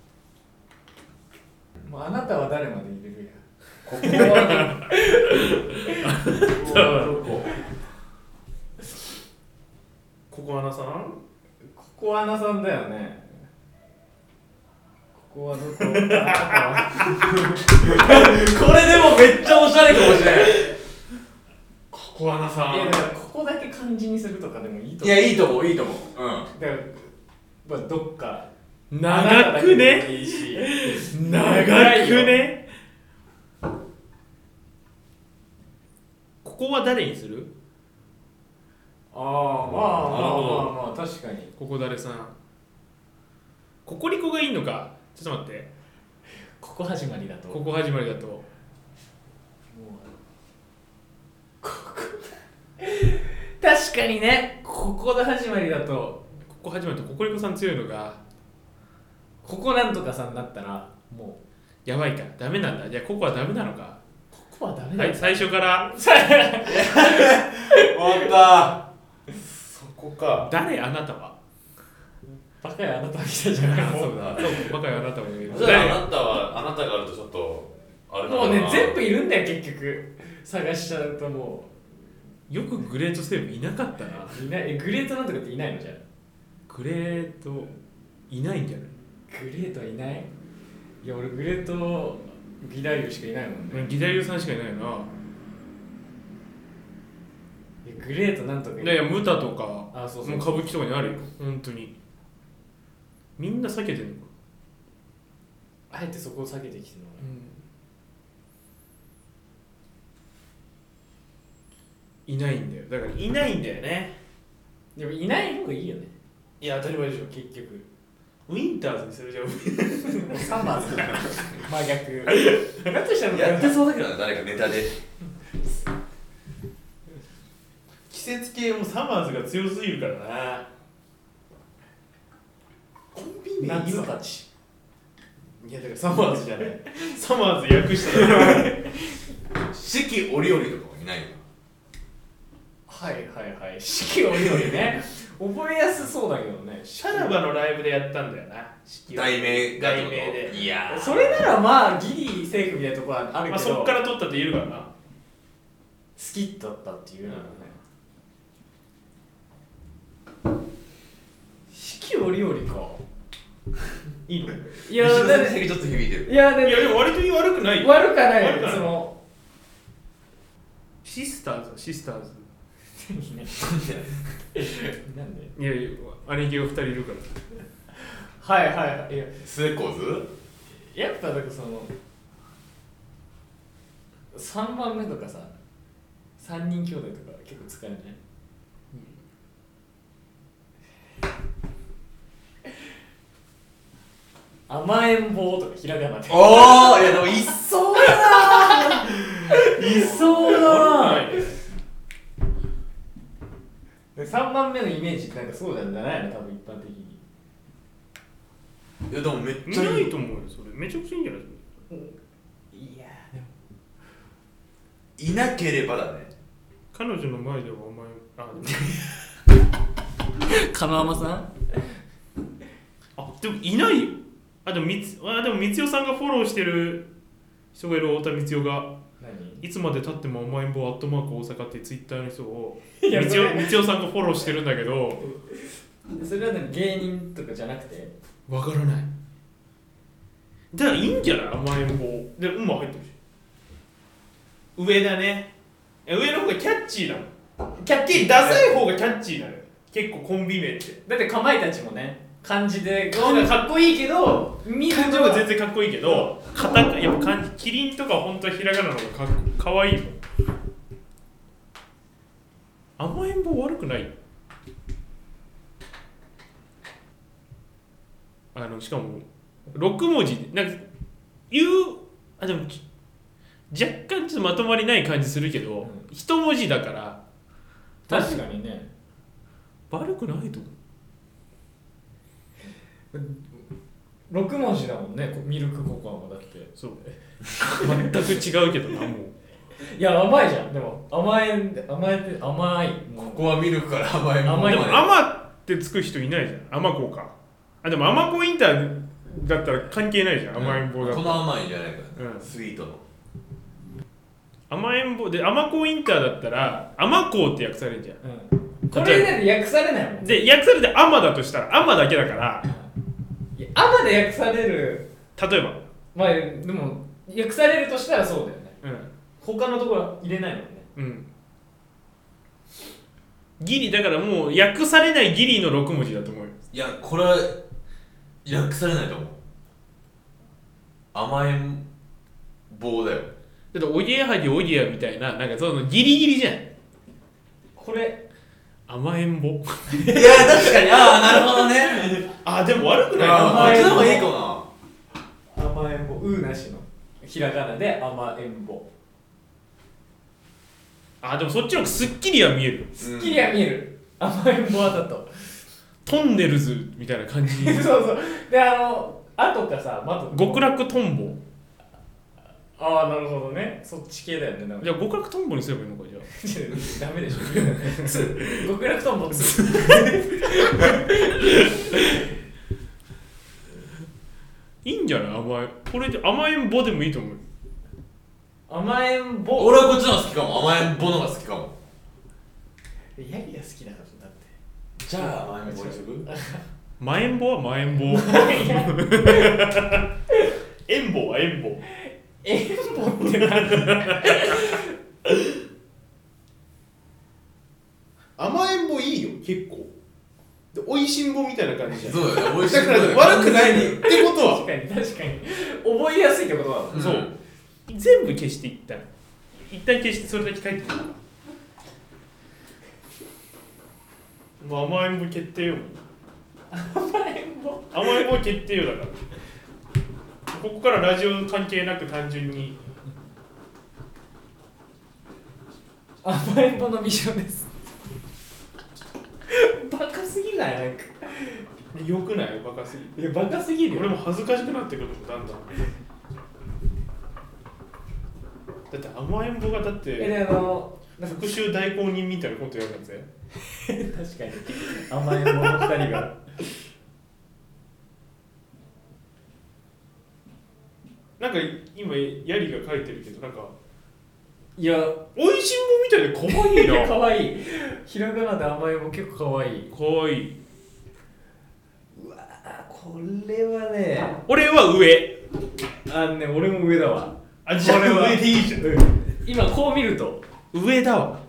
もうあなたは誰まで入れるやここはどこ？ココアナさん？ ここはアナさんだよねこはどここれでもめっちゃおしゃれかもしれない。 ここはなさいやだからここだけ漢字にするとかでもいいと思う。 いやいいと思ういいと思ううんだからまあどっか長くねいいし長くねここは誰にする？ ああまあまあまあまあ確かに。 ここ誰さんココリコがいいのか。ちょっと待って、 ここ始まりだとここ始まりだともうここ確かにねここで始まりだとここ始まりだとココリコさん強いのがここなんとかさんになったらもうやばいかダメなんだ。じゃあここはダメなのか。 ここはダメだよ、 はい最初から終わったそこか誰あなたはバカやあなたが来たじゃないもうそうだそうバカよあなたは言うじゃああなたはあなたがあるとちょっとあれだなもうね全部いるんだよ結局探しちゃうともよくグレートセーブいなかったな。 ういないえグレートなんとかっていないのじゃあグレートいないんじゃない？ グレートはいない？いや俺グレートギダリュウしかいないもんね。 ギダリュウさんしかいないな。 いやグレートなんとかいやいやムタとかあそうそうもう歌舞伎とかにあるよ本当に。みんな避けてるのか。 あえてそこを避けてきてるの、 うん、いないんだよ。だからいないんだよね。 でもいない方がいいよねいや当たり前でしょ。 結局ウィンターズにするじゃん。 サマーズだから真逆だとしたらやってそうだけどな誰かネタで季節系もサマーズが強すぎるからな。コンビ名夏たちいやだからサマーズじゃないサマーズ訳したら四季折々とかもいないのはいはいはい四季折々ね覚えやすそうだけどねシャラバのライブでやったんだよな。 題名がってこと題名でいやーそれならまあギリセーフみたいなところはあるけど、 まあ、そっから取ったって言えるからな。 スキッだったっていうのはね、四季折々かいいの？ いや後ろだ先ちょっと響いてるいやでいやでも割と悪くないよ。 悪くはない悪くはないそのシスターズシスターズなんでいやいや姉貴がふたりいるからはいはいはいいやスエコーズやっぱなんかそのさんばんめとかささんにん兄弟とか結構使えない、うん、甘えん坊とかひらがなでおーいやでもいっそうだないそうだな悪くないさんばんめのイメージってなんかそうなんじゃないの多分一般的にいやでもめっ見ちゃないと思うよそれ。めちゃくちゃいいんじゃない？ いやでもいなければだね彼女の前ではお前あカノアマさんあでもいないよ。あでもみつあでもみつよさんがフォローしてる人がいる。太田みつよが何いつまでたっても甘えん坊アットマーク大阪ってツイッターの人をいやみつよみつよさんがフォローしてるんだけどそれは何芸人とかじゃなくてわからない。だからいいんじゃない甘えん坊でうんま入ってるし。上だね。上の方がキャッチーなの。キャッチーダサい方がキャッチーなのよ。結構コンビ名ってだってかまいたちもね漢字で顔がかっこいいけど見る漢字は全然かっこいいけどカタカやっぱ漢字キリンとか本当はひらがなの方がかっかわいいもん。甘えん坊悪くないよ。あのしかもろく文字なんか言うあでも若干ちょっとまとまりない感じするけど、うん、一文字だから確かにね悪くないと思う。 ろく文字だもんねミルクココアもだってそう全く違うけどなもういや甘いじゃんでも甘えん甘えて甘いここはミルクから甘えん坊甘いでも甘ってつく人いないじゃん。甘子かあでも甘子インターだったら関係ないじゃん、うん、甘えん坊だこの甘いじゃないから、うん、 スイートの甘えん坊で甘子インターだったら甘子って訳されるじゃん、 うん、これで訳されないもんで訳されて甘だとしたら甘だけだからいや甘で訳される例えばまあでも訳されるとしたらそうだよね。 うん他のところは入れないもんね。 うんギリだからもう訳されないギリのろく文字だと思うよ。 いやこれは訳されないと思う。甘えん坊だよ。 だっておぎやはぎおぎやみたいななんかそのギリギリじゃん。 これ甘えん坊いや確かにああなるほどね。 あでも悪くないな。 あっちの方がいいかもな。 甘えんぼうなしのひらがなで甘えんぼ。 あでもそっちの方がすっきりは見える。 すっきりは見える。甘えんぼはだとトンネルズみたいな感じそうそうであのあとかさまず極楽トンボ。 ああなるほどね。そっち系だよね。なんかじゃあ極楽トンボにすればいいのかじゃあダメでしょつ極楽とんぼついいんじゃない甘えこれで甘えん坊でもいいと思う。 甘えんぼ俺はこっちの方が好きかも。甘えん坊の方が好きかも。 ヤギが好きだからだってじゃあ甘えん坊にする。 まえん坊はまえん坊えん坊はえん坊えんぼってなんだ甘えん坊いいよ結構でおいしん坊みたいな感じじゃん。 そうだよね。美味しい。 だから悪くないってことは確かに確かに覚えやすいってことだもん。 うんそう全部消していったら一旦消してそれだけ書いてみる。もう甘えん坊決定よ。 甘えんぼ甘えん坊決定よだからここからラジオ関係なく単純に甘えんぼのミッションです。バカすぎないなんかよくないバカすぎて。 いやバカすぎるよ。 俺も恥ずかしくなってくるもんだんだん。だって甘えん坊がだっえてであの復讐代行人みたいなことやるんだぜ。 確かに甘えんぼの二人がなんか今ヤリが書いてるけどなんかいやおいしん坊みたいで可愛いな。 かわいい。ひらがなで甘えんぼ結構かわいい。 可愛い。 うわこれはね俺は上。 あのね俺も上だわ。 あじゃあこれは上でいいじゃん。 今こう見ると上だわ。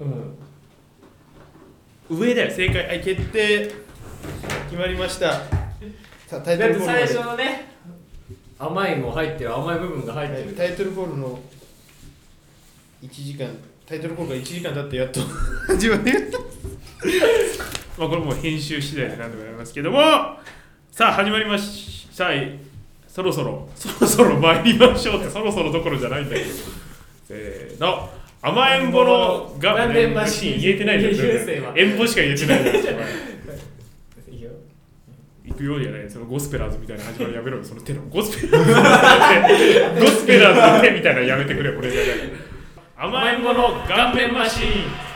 うん上だよ正解。はい決定決まりました。さあタイトだって最ルコールまで初のね甘いも入ってる甘い部分が入ってる。 タイトルコールのいちじかんタイトルコールがいちじかん経ってやっと始まるまあこれもう編集次第で何でもやりますけどもさあ始まりましさあそろそろそろそろ参りましょうってそろそろどころじゃないんだけどせーの甘えんぼのが顔面マシーン言えてないじゃん言えてないわえんぼしか言えてないじゃんいいよ。 行くようじゃないそのゴスペラーズみたいな始まりやめろよその手のゴスペラーズゴスペラーズの手みたいなのやめてくれ俺じゃない甘えんぼの顔面マシーン。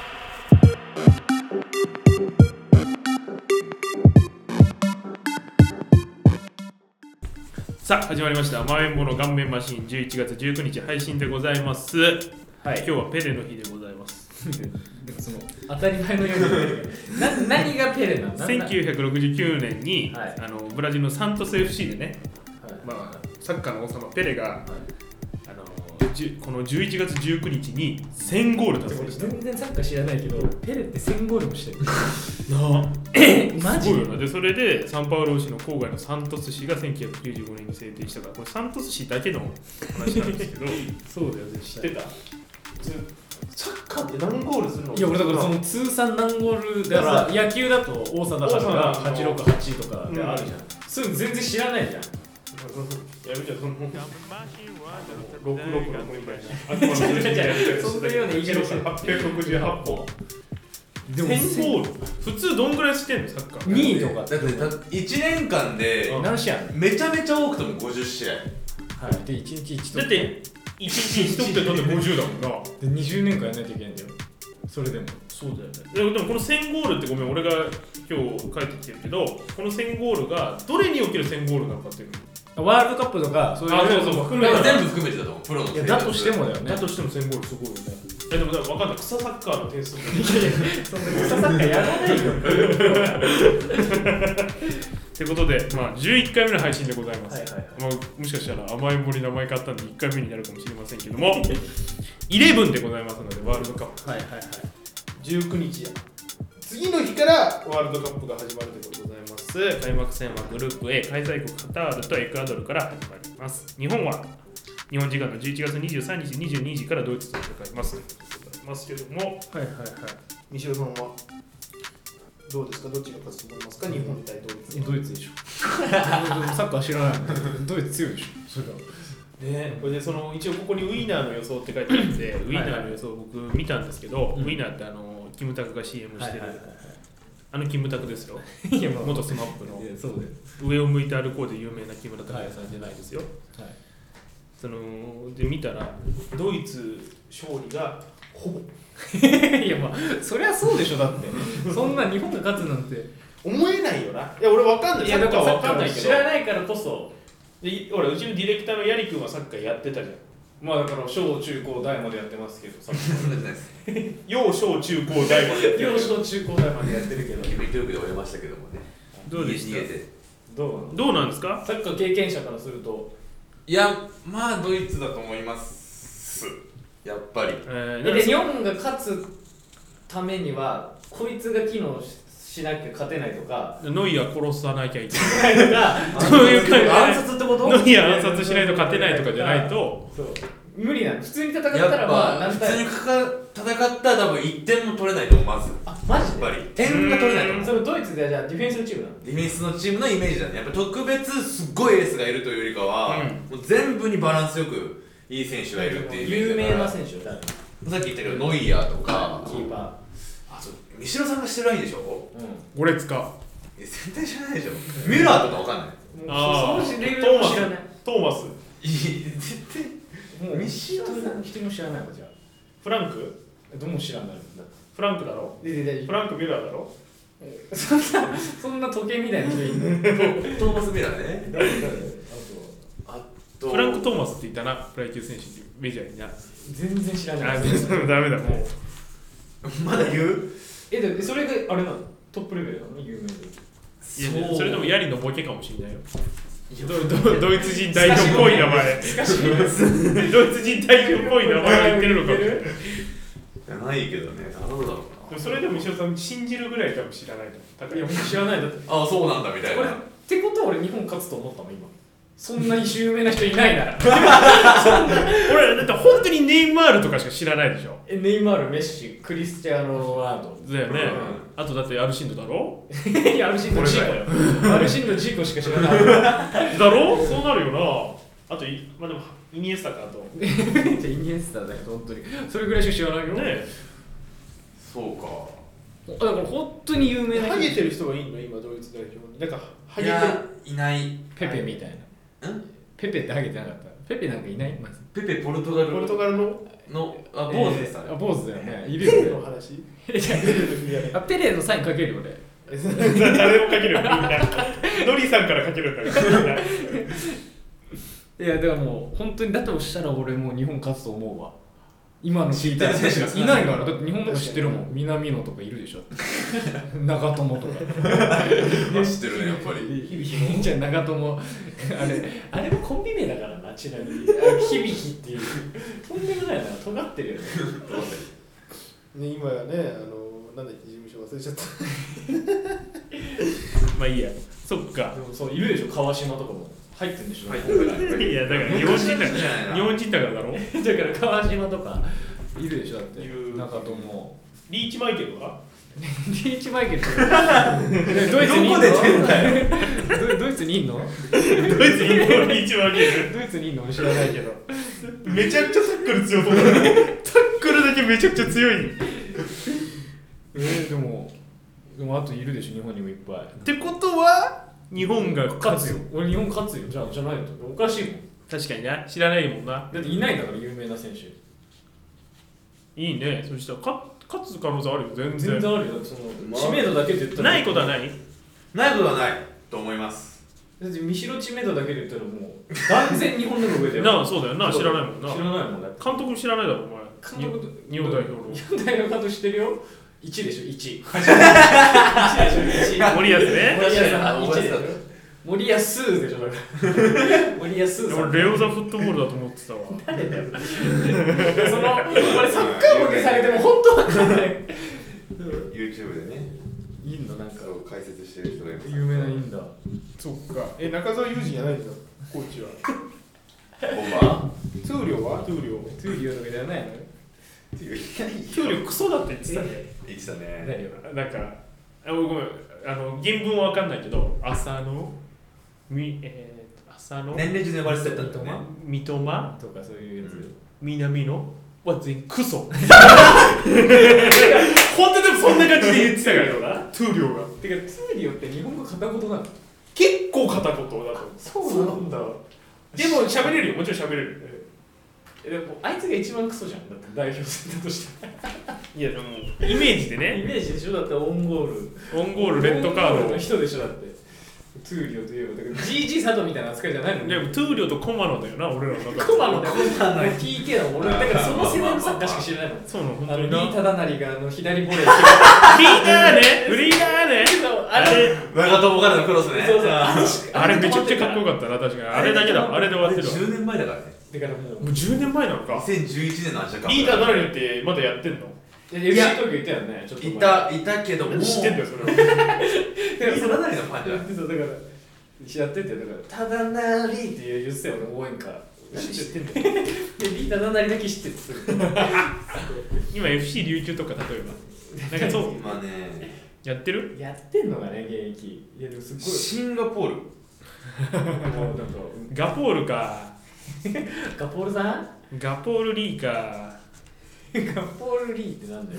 さあ始まりました甘えんぼの顔面マシーンじゅういちがつじゅうくにち配信でございます。はい今日はペレの日でございます。 でもその当たり前のようにな何がペレなの？ せんきゅうひゃくろくじゅうきゅうねんに、 はいあのブラジルのサントス エフシー でね、 はいまあ、サッカーの王様ペレが、 はいあのじゅこのじゅういちがつじゅうくにちにせんゴール達成した。 全然サッカー知らないけどペレってせんゴールもしてる。 なえマジすごいよな。でそれでサンパウロ市の郊外のサントス市がせんきゅうひゃくきゅうじゅうごねんに制定したからこれサントス市だけの話なんですけどそうだよね知ってた？サッカーって何ゴールするの？ いや俺だからその通算何ゴールだから野球だと王貞治がはちろくはちとかであるじゃん。そういうの全然知らないじゃん。 やめちゃうそのろくろくろくみたいな。 そんなような言い方してる。 はっぴゃくろくじゅうはっぽん。 でもせんゴール普通どんぐらいしてんのサッカー？ にいとかだっていちねんかんで何試合？ めちゃめちゃ多くてもごじゅっしあい。 はい。でいちにちいちとだっていちにちいち得点だってごじゅうだもんな。 でにじゅうねんかんやらないといけないんだよ。それでも。 そうだよね。でもでもこのせんゴールってごめん俺が今日帰ってきてるけどこのせんゴールがどれにおけるせんゴールなのかっていうの。 ワールドカップとかそういうあそうそう含めたら全部含めてだと思うプロのいやだとしてもだよね。 だとしてもせんゴールすごいよね。えでもだから分かんない草サッカーの点数もそんな草サッカーやらないよ。 ということで、まあ、じゅういっかいめの配信でございます。 はいはいはいまあ、もしかしたら甘えんぼり名前変わったんでいっかいめになるかもしれませんけどもじゅういちでございますのでワールドカップはいはいはいじゅうくにちや次の日からワールドカップが始まるということでございます。 開幕戦はグループ A 開催国カタールとエクアドルから始まります。日本は日本時間のじゅういちがつにじゅうさんにちにじゅうにじからドイツと戦いますということでございますけども、 はいはいはい西尾さんはどうですか、どっちが勝つと思いますか、日本対ドイツ。 ドイツでしょサッカー知らないもんドイツ強いでしょそれはね、これでその一応ここにウインナーの予想って書いてあるんでウインナーの予想を僕見たんですけど、 うんウインナーってあのキムタクが シーエム してる、 はいはいはいあのキムタクですよいやまあ元スマップのいやそうだよ上を向いて歩こうで有名な木村拓哉さんじゃないですよ、 はいそので見たらドイツ勝利がほぼいやまあそりゃそうでしょだってそんな日本が勝つなんて思えないよな。いや俺わかんない、 いやだからサッカーわかんないけど知らないからこそで俺うちのディレクターのヤリ君はサッカーやってたじゃん。 まあだから小中高大までやってますけどさ幼小中高大までやってる幼小中高大までやってるけど夢教育で終えましたけどもねどうでした逃げてどうなのどうなんですか。 サッカー経験者からするといやまあドイツだと思いますやっぱりえで日本が勝つためにはこいつが機能ししなきゃ勝てないとかノイアー殺さなきゃいけないとかそういう感じ暗殺ってことないノイアー暗殺しないと勝てないとかじゃないとそう無理なの普通に戦ったやっらまあぱ普何対通にかか戦ったら多分いってんも取れないと思うまずあマジでやっぱり点が取れないと思うそれドイツではじゃあディフェンスのチームなのディフェンスのチームのイメージだねやっぱ特別すっごいエースがいるというよりかは、もう全部にバランスよくいい選手がいるっていうイ有メージだから名な選手ださっき言ったけどノイアーとかキーパーあそう三代さんがしてないんでしょうゴレツカえ絶対知らないでしょミュラーとかわかんないんあーそのレベルも知らないトーマスいや絶対もう見知らない一人も知らないわじゃフランクあどうも知らないんだフランクだろでででフランク・ミュラーだろそんなそんな時計みたいな人いるのトーマス・ミラーね誰誰ああとフランク・トーマスって言ったなプロ野球選手にメジャーになと全然知らないあダメだもうまだ言うえでそれがあれなのトップレベルなの有名でいやそれでもヤリのボケかもしれないよドドドイツ人代表っぽい名前ドイツ人代表っぽい名前を言ってるのかもしれないじゃないけどねどうだろうなそれでも石尾さん信じるぐらい多分知らないと思ういやもう知らないだってあそうなんだみたいこれっなてことは俺日本勝つと思ったの今そんなに有名な人いないなら俺だって本当にネイマールとかしか知らないでしょえネイマールメッシクリスチャーノ・ロナウドだよね、あとだってアルシンドだろいやアルシンド・ジーコよアルシンド・ジーコしか知らないだろそうなるよなあといまあでもイニエスタかあとじゃあイニエスタだよ本当にそれぐらいしか知らないよねそうかだから本当に有名な人ハゲてる人がいいの今ドイツ代表になんかハゲてるいやいないペペみたいな。ペペってハゲてなかった。ペペなんかいないまず。 ペペポルトガルポルトガルののあ坊主でしたね、 あ、坊主だよね。いるペレよね。 の話あ、ペレのサインかけるよ俺。 誰でもかけるよみんなノリさんからかけるんだからみんないや、だからもう本当にだとしたら俺もう日本勝つと思うわ。今の聞いたら知ってる選手がいないから。だって日本の知ってるもん。南野とかいるでしょ。長友とか。 あ知ってるねやっぱりいいじゃん長友あれあれもコンビ名だからなちなみにあ響きっていうとんでもないな尖ってるよねね今やねあのなんだっけ事務所忘れちゃったまあいいやそっかでもそういるでしょ川島とかも入ってるんでしょ入ってるねいやだから日本人だから日本人だからだろだから川島とかいるでしょだっている長友リーチマイケルはリーチマイケルドイツにいんのどこで出んだよドドイツにいんのドイツにもリーチマイケルドイツにいんの俺知らないけどめちゃくちゃタックル強そうだねタックルだけめちゃくちゃ強いえー、でもでもあといるでしょ日本にもいっぱいってことは日本が勝つよ俺日本勝つよじゃあじゃないとおかしいもん確かにな知らないもんなだっていないんだから有名な選手いいねそしたら勝勝つ可能性あるよ全然全然あるよその知名度だけで言ったらないことはないないことはないと思いますだって三代知名度だけで言ったらもう断然日本の方が上だよなあそうだよな知らないもんな知らないもんだって監督知らないだろお前監督日本代表の日本代表監督知ってるよいちでしょいちいちでしょいち森保ね森保さんあいちでしょ森保でしょだから森保さん俺レオザフットボールだと思ってたわ誰だよそのこれサッカーボケされても本当わかんない YouTube でねいいのなんかそう解説してる人がいます有名ないいんだそっかえ中澤佑二じゃないんだコーチはボンバトゥーリョはトゥーリョトゥーリオとかじゃないのーっていう人トゥーリョクソだって言ってたね言ってたね何よなんかあごめんあの原文は分かんないけど浅野みえー、浅野年齢順で呼ばれてたんだよね三笘とかそういうやつ、 うん南野は全員クソ本当でもそんな感じで言ってたからなトゥーリョがてかトゥーリオって日本語片言なの結構片言だとそうなんだでも喋れるよもちろん喋れるえでもあいつが一番クソじゃんだって代表戦だとしていやでもイメージでイねメージでしょだってオウンゴールオンゴールレッドカードオウンゴの人でしょだってトゥーリオといえばだから ジージー 佐藤みたいな扱いじゃないのでもトゥーリョとコマノだよな俺らの中でコマのコマの ピーケー の俺だからその世代のサッカーしか知らないのそうなの本あの当になリー・タダナリがあの左ボレーフリーダーねフリーダーねあれ長友からのクロスねそうそうあれめちゃくちゃかっこよかったな確かにあれだけだあれで終わってるわじゅうねんまえだからねだからもうもうじゅうねんまえなのかにせんじゅういちねんのアジアカップリーダー誰にってまだやってんのエフシー 東京行ったよねちょっと前いたいたけどもう知ってんだよそれはだからそのかなりのファンじゃんそうだからやっててだからただなりっていう言ってたよ俺応援歌知ってんだよでリーただなりだけ知っててすぐ今 エフシー 琉球とか例えばなんかそう今ねやってるやってんのがね現役いやでもすっごいシンガポールもうなんかガポールかガポールさんガポールリーかガポールリーってなんだよ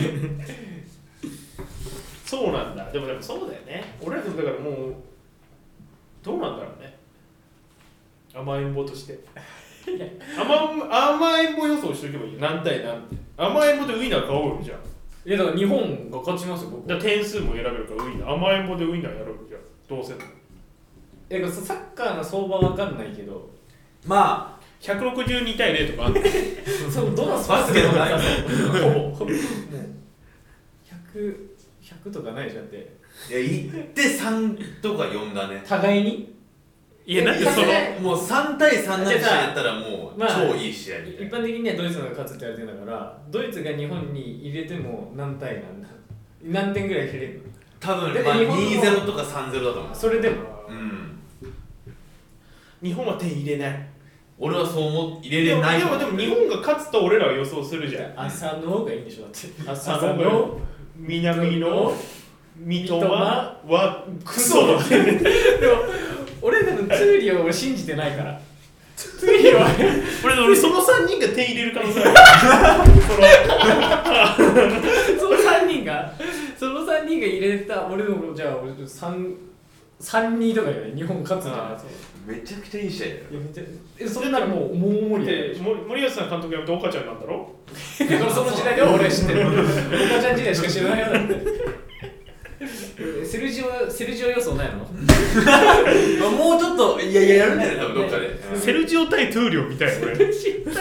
そうなんだでもでもそうだよね俺らとだからもうどうなんだろうね甘えん坊として甘甘えん坊予想しとけばいい何対何って甘えん坊でウインナー買おうよじゃあいやだから日本が勝ちますよ僕だから点数も選べるからウインナー甘えん坊でウインナーやろうよじゃあどうせえだからサッカーの相場わかんないけどまひゃくろくじゅうに対ゼロとかあんのそうどのスバスケのないほぼほぼもうひゃく、ひゃくとかないでしょだってあいや行ってさんとかよんだね互いにいやなんでそのもうさん対さんの試合やったらもうまあ超いい試合みたいな一般的にはドイツの方が勝つって言われてるんだからドイツが日本に入れても何対何だ何点ぐらい入れるの多分まあだって日本のにたいゼロとかさんたいゼロだと思うそれでもうん日本は点入れない俺はそう思っ入れでもれないでもでも日本が勝つと俺らは予想するじゃん朝のがいいんでしょだって浅野南野三笘はクソだってでも俺でもトゥーリオを俺信じてないからトゥーリオは俺俺そのさんにんが点入れる可能性あるそのさんにんがそのさんにんが入れた俺でもじゃあ俺さん さんにとかよね日本勝つんじゃないめちゃくちゃいい試合だよいやめっちゃえそれならもうもう無理だよで森森保さん監督やめて岡ちゃんなんだろだからその時代では俺は知ってるおばちゃん時代しか知らないよだってセルジオセルジオ予想ないのまあもうちょっといやいややるんだよね多分どっかでうんセルジオ対トゥーリョみたいな俺ブ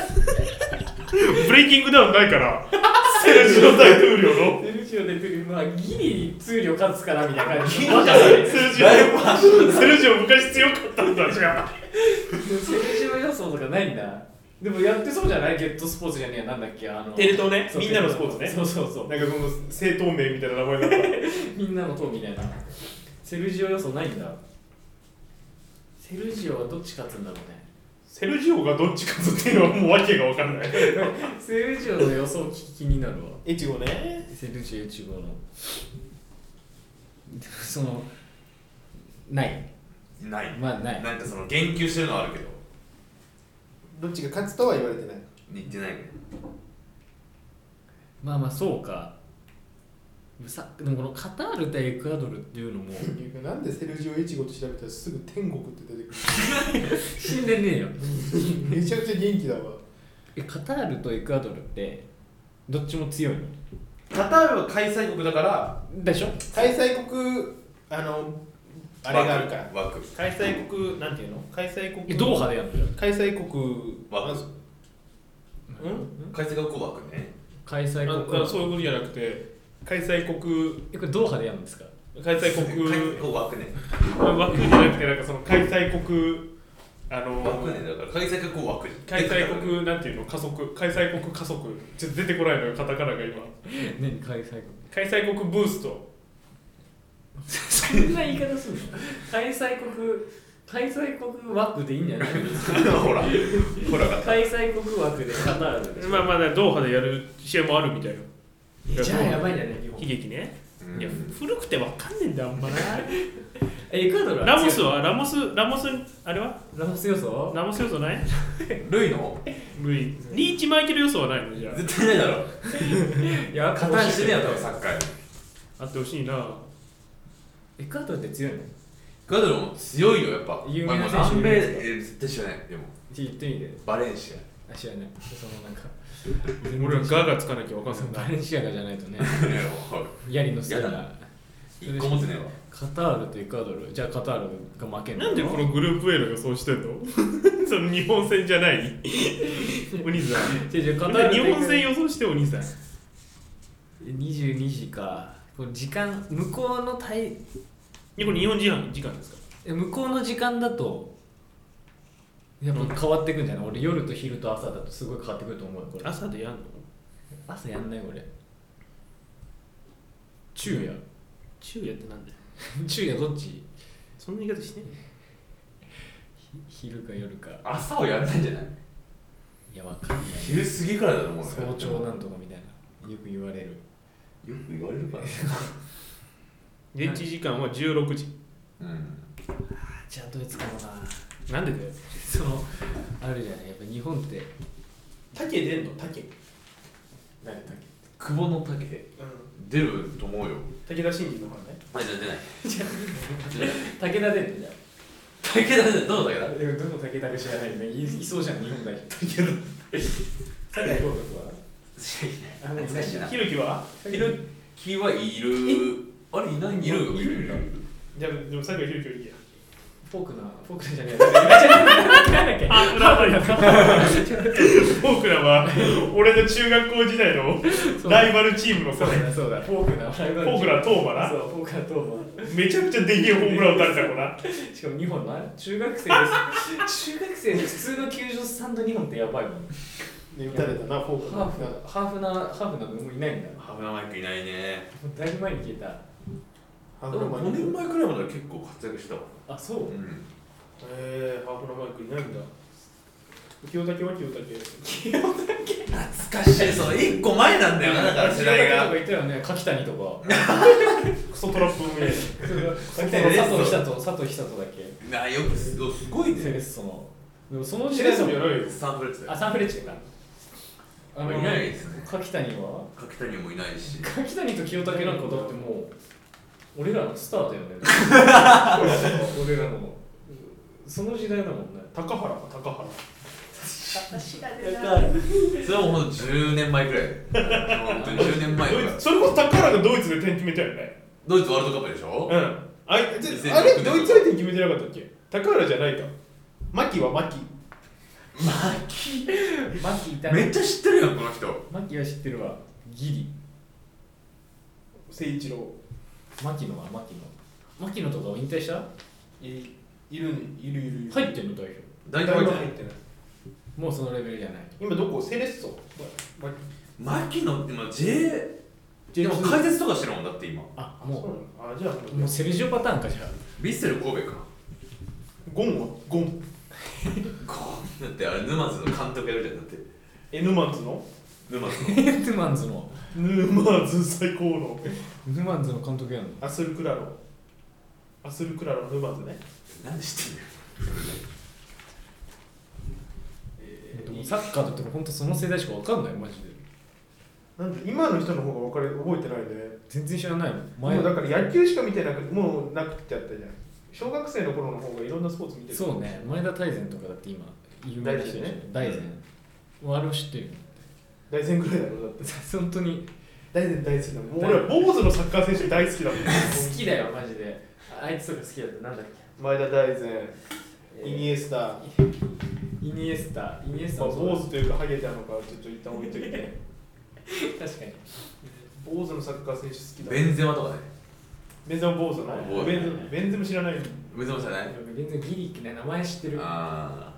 レイキングダウンないからセルジオ対トゥーリョのセルジオで来るまあギリツーリオ勝つからみたいな感じセルジオだいぶセルジオ昔強かったんだ違うセルジオ予想とかないんだでもやってそうじゃないゲットスポーツじゃねえなんだっけあのテレ東ねそうみんなのスポーツねそうそうそうなんかこの政党名みたいな名前だったみんなの塔みたいなセルジオ予想ないんだセルジオはどっち勝つんだろうねセルジオがどっちかっていうのはもう訳が分かんないセルジオの予想気になるわ越後ねセルジオいち号のそのないないまあないなんかその言及してるのはあるけどどっちが勝つとは言われてない言ってないねまあまあそうかさでもこのカタール対エクアドルっていうのもなんでセルジオ越後と調べたらすぐ天国って出てく死んでねえよるめちゃくちゃ元気だわえカタールとエクアドルってどっちも強いのカタールは開催国だからでしょ開催国あのあれがあるから枠枠開催国なんていうの開催国えドーハでやるのじゃん開催国枠まずうん開催国枠ね開催あ国あそういうことじゃなくて開催国えこれドーハでやるんですか開催国こう枠ね枠じゃなくてなんかその開催国あの枠ねだから開催国枠開催国なんていうの加速開催国加速ちょっと出てこないのよカタカナが今何開催国開催国ブーストそんな言い方するの開催国開催国枠でいいんじゃないほらほら開催国枠でカタールでまあまだドーハでやる試合もあるみたいよじゃあやばいんじゃない日本悲劇ね、 うん、 いや古くてわかんねえんだよあんまなエクアドルはラモスはラモスラモスあれはラモス予想ラモス予想ないルイのルイリーチマイケル予想はないのじゃあ絶対ないだろいや加担してねえよ多分サッカーにあってほしいなエクアドルって強いのエクアドルも強いよやっぱ有名な選手まあ南米え絶対知らないでも言ってみてバレンシあ知らないそのなんか俺はガがつかなきゃわかんないバレンシアガじゃないとねアヤリのせいやだが一個もつねえわカタールとエクアドルじゃあカタールが負けんのなんでこのグループ A の予想してんのその日本戦じゃないお兄さん違う違うカタール日本戦予想してお兄さんにじゅうにじかこれ時間向こうのタイいやこれ日本時間時間ですか向こうの時間だとやっぱ変わってくんじゃない、俺夜と昼と朝だとすごい変わってくると思うよこれ朝でやんの朝やんない俺昼夜昼夜ってなんだよ昼夜どっちそんな言い方してんの昼か夜か朝をやんないんじゃないいやわかんない昼過ぎからだと思う早朝なんとかみたいなよく言われるよく言われるから現地時間はじゅうろくじうんちゃんとつかもななんでだよそのあるじゃないやっぱ日本って竹出んの竹誰だっ久保の竹うん出ると思うよ武田真治の方ねあじゃあ出ないけ武田でんのじゃあ武田でどの武田でもどの武田か知らないねいいそうじゃん日本代表武田酒井豪徳はあの難しいなひろきはひろきはいるあれいないいるよいるいるじゃあでも酒井ひろきはいいやフォークなフォークなじゃねえなんだっけあ、フォークナは俺の中学校時代のライバルチームの子そうだそうだフォークなフォークナトーマなそうフォークナトーマめちゃくちゃでけえホームラン打たれた子なしかも日本の中学生です中学生で普通の球場スタンド日本ってやばいもん打たれたなフォークナハーフなハーフなハーフなのもういないんだハブナマイクいないねもうだいぶ前に聞いたでもごねんまえくらいまでは結構活躍したわあそううんえー、ハーフのマイクいないんだ清武は清武清武懐かしいそのいっこまえなんだよなだから世代がとか言ったよね柿谷とかクソトラップ運営柿谷佐藤久人佐藤久人だっけなよくすごいねセレッソのでもその時シレ代のスじゃないよサンフレッチェあサンフレッチェかあのいないですね柿谷は柿谷もいないし柿谷と清武なんかだってもう俺らのスターだよね俺らのその時代だもんね高原か高原知らねそれはもうほんとじゅうねんまえくらい本当にじゅうねんまえドイツそれこそ高原がドイツで点決めたよねドイツワールドカップでしょうんあいつにせんじゅうあれろくねんドイツ相手に決めてなかったっけ高原じゃないか牧は牧牧牧いたねめっちゃ知ってるやんこの人牧は知ってるわギリ誠一郎牧野は牧野牧野とかを引退したいいるいるいるいる入ってんの代表大大体入っててない学入っないもうそのレベルじゃない今どこセレッソ牧野って今 J でも解説とかしてるもんだって今そうあもなのあじゃあうもうセルジオパターンかじゃあヴィッセル神戸かゴンはゴンだってあれ沼津の監督やるじゃんだってエヌマンズの沼津のヌマンズのヌマンズ最高のヌマンズの監督やんのアスルクラロアスルクラロのヌマンズねなんで知ってんだよでもサッカーだって本当その世代しかわかんないマジでなんで今の人の方が分かれ覚えてないね全然知らないのもうだから野球しか見てなくてもうなくってやったじゃん小学生の頃の方がいろんなスポーツ見てるそうね前田大然とかだって今有名な人でしょ大然もうあれを知ってるよ大然ぐらいだろだって本当に大然大好きだもんもう俺は坊主のサッカー選手大好きだもん好きだよマジであいつとか好きだってなんだっ前田大然けイニエスタ、 イニエスタイニエスタまあ、 もそうだ坊主というかハゲたのかちょっと一旦置いといて確かに坊主のサッカー選手好きだベンゼマとかねベンゼム坊主の坊主ベンゼムベンゼム知らない。 別にじゃない全然ギリね名前知ってる。 あ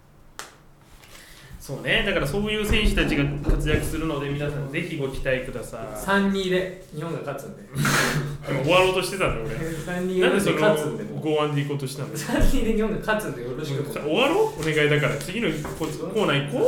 そうね、だからそういう選手たちが活躍するので皆さんぜひご期待ください。 さんたいにで日本が勝つんで。 でも終わろうとしてたんだ俺。 さんたいにでなんでその勝つんでもう。 剛腕で行こうとしたんだよ。 さんたいにで日本が勝つんでよろしく。 終わろうお願いだから次のコーナー行こ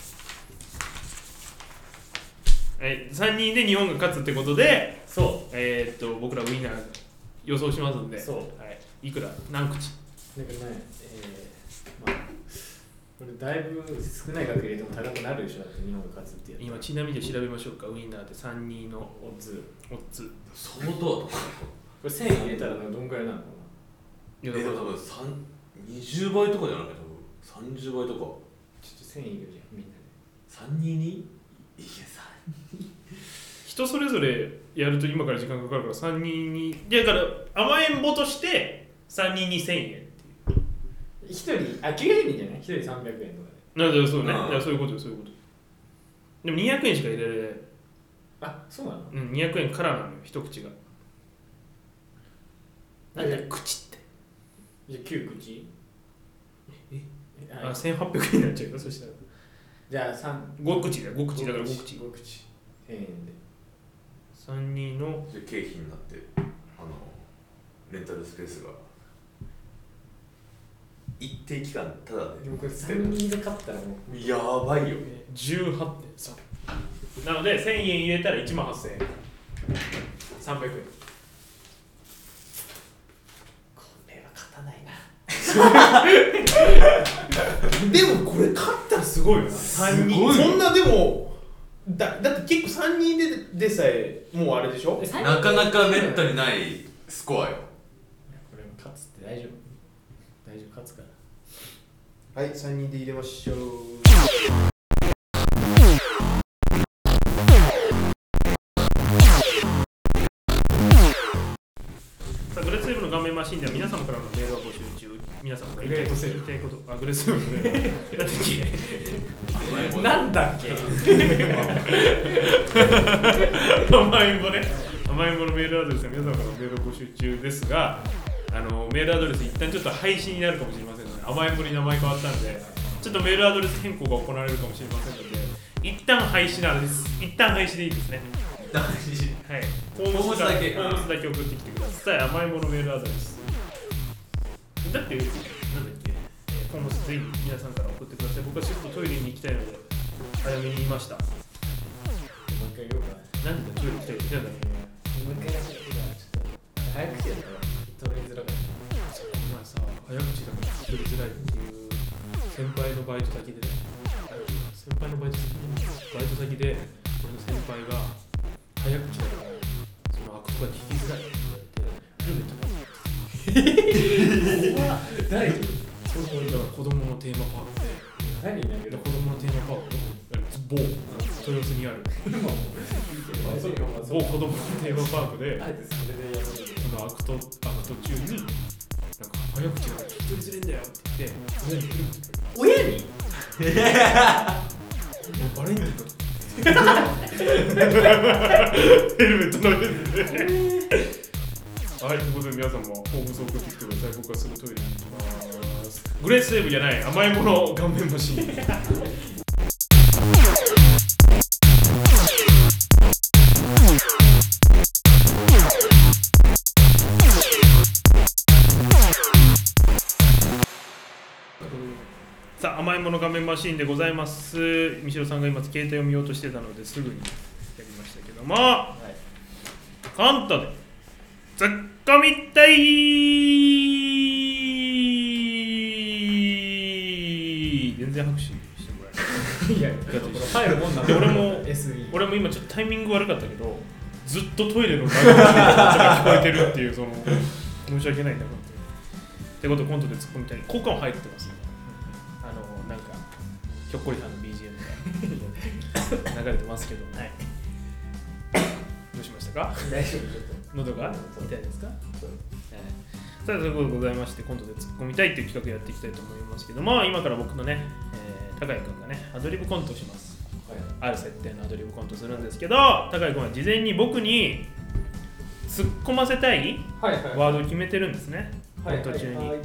う。はい、さんたいにで日本が勝つってことで、 そえー、っと僕らウィナー予想しますんで、 そうはい、いくら何口？ う。なんかね、えー、まあこれだいぶ少ない額入れても高くなるでしょだって日本が勝つってやつ。 今ちなみに調べましょうか。ウィナーでさんたいにのオッズ。 オッズ。 相当だと思う。 これせんえん入れたらどんくらいなのかいやえでも多分にじゅうばいとかじゃないか多分さんじゅうばいとかな。ちょっとせんえん入れるじゃんみんなで。 さんににいやさ人それぞれやると今から時間かかるからさんたいにだから甘えんぼとしてさんたいにせんえんっていう一人、あ、きゅうじゅうにんじゃない一人さんびゃくえんとかで。 なんだそうね、 うんいやそういうことよそういうことでもにひゃくえんしか入れられない。 あ、そうなのうん、にひゃくえんからなのよ一口が。なんだよえ口ってじゃあきゅう口えああせんはっぴゃくえんになっちゃうよそしたらじゃあさんご口だよご口だからご口ご口せんえんでさんにので経費になってあのレンタルスペースが一定期間ただでもこれさんにんで勝ったらもうでやばいよじゅうはってんさなのでせんえん入れたらいちまんはっせんえんさんびゃくえんこれは勝たないなでもこれ勝ったらすごいよなさんにんすごいそんなでもだ, だって結構さんにんででさえもうあれでしょえなかなかめったにないスコアよこれも勝つって大丈夫大丈夫勝つからはいさんにんで入れましょう。さあグレートセーブの顔面マシンでは皆様からのメールを募集中。皆様が言いたいこと言いたいことあグレートセーブのメールだってきなんだっけ甘えんぼね甘えんぼのメールアドレスは皆様からのメールを募集中ですがあのメールアドレス一旦ちょっと廃止になるかもしれませんので甘えんぼに名前変わったんでちょっとメールアドレス変更が行われるかもしれませんので一旦廃止なんです一旦廃止でいいですね。 大事はいフォームスだけフォームスだけ送ってきてください。甘えんぼのメールアドレスだってなんだっけフォームスぜひ皆さんから送ってください。僕はちょっとトイレに行きたいので早めに言いました。 もう一回言おうかなんでトイレ行きたいって言ってたんだっけもう一回やってちょっと早口だったら取りづらかったお前さ、早口だから聞き取りづらいっていう先輩のバイト先でね先輩のバイト先でバイト先で俺の先輩が早口だからその悪とが聞きづらいって言われてルーメットになって誰そうだから子供のテーマパークで何になる子供のテーマパーク某豊洲にある某子供のテーマパークであえてそれでやるそのアクトアクト中になんか早口だから聞き取りづれんだよって言って親にルーメットに親にもうバレんねえかヘルメット投げてねはい、ということで皆さんもホームス送ってきてください。僕はすぐトイレに行きますグレートセーブじゃない甘いもの顔面マシンさあ甘いもの画面マシーンでございます。三代さんが今携帯を見ようとしてたのですぐにやりましたけども、はい、コントでツッコミたい全然拍手してもらえないいや入るもんなんで俺もエスイー俺も今ちょっとタイミング悪かったけどずっとトイレの中の音が聞こえてるっていうその申し訳ないんだからってことでコントでツッコミたい効果も入ってますね。あのなんかひょっこりさんの ビージーエム が流れてますけど、はい、どうしましたか？ 大丈夫ちょっと喉が痛いですか？そう、さあということでございましてコントで突っ込みたいという企画やっていきたいと思いますけども今から僕のね、えー、高井君がねアドリブコントをします、はい、ある設定のアドリブコントするんですけど高井君は事前に僕に突っ込ませたいはいはいワードを決めてるんですね、 はい途中に、 はいはい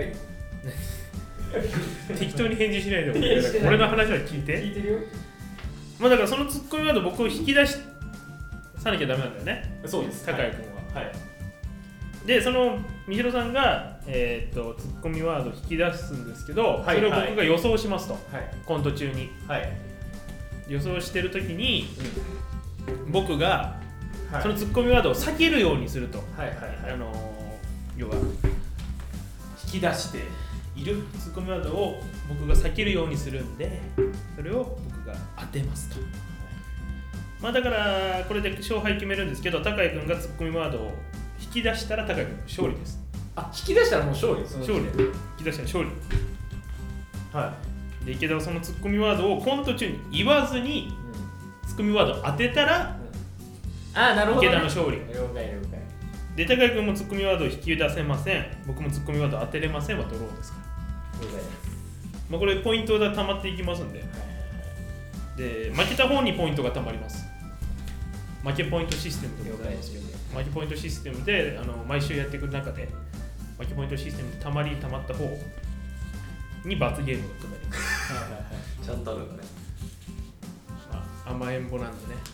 適当に返事しないでいやしてない俺の話は聞いて聞いてるよ。 まあだからそのツッコミワード僕を引き出しさなきゃダメなんだよね、 そうです。 高谷君は、 はい。 でそのみひろさんが、えー、とツッコミワードを引き出すんですけど、 はいそれを僕が予想しますと、 はい。 コント中にはい。 予想してる時に僕がはい。 そのツッコミワードを避けるようにすると、 はいはいはい。 あのー要は引き出しているツッコミワードを僕が避けるようにするんで、それを僕が当てますと。まあだからこれで勝敗決めるんですけど、高井君がツッコミワードを引き出したら高井君勝利です。 あ、引き出したらもう勝利です。 勝利。引き出したら勝利。 はで池田はそのツッコミワードをコント中に言わずにい。 ツッコミワードを当てたらあ、なるほど、ね。 池田の勝利。 了解了解。 で高井君もツッコミワードを引き出せません、僕もツッコミワードを当てれませんはドローですから。 了解です。 まあこれポイントが溜まっていきますんで。で負けた方にポイントが溜まります。負けポイントシステムでございますけど、負けポイントシステムであの毎週やっていく中で負けポイントシステムで溜まり溜まった方に罰ゲームが下ります。 はいはいはい。 ちゃんとあるんだね。 まあ、甘えん坊なんでね。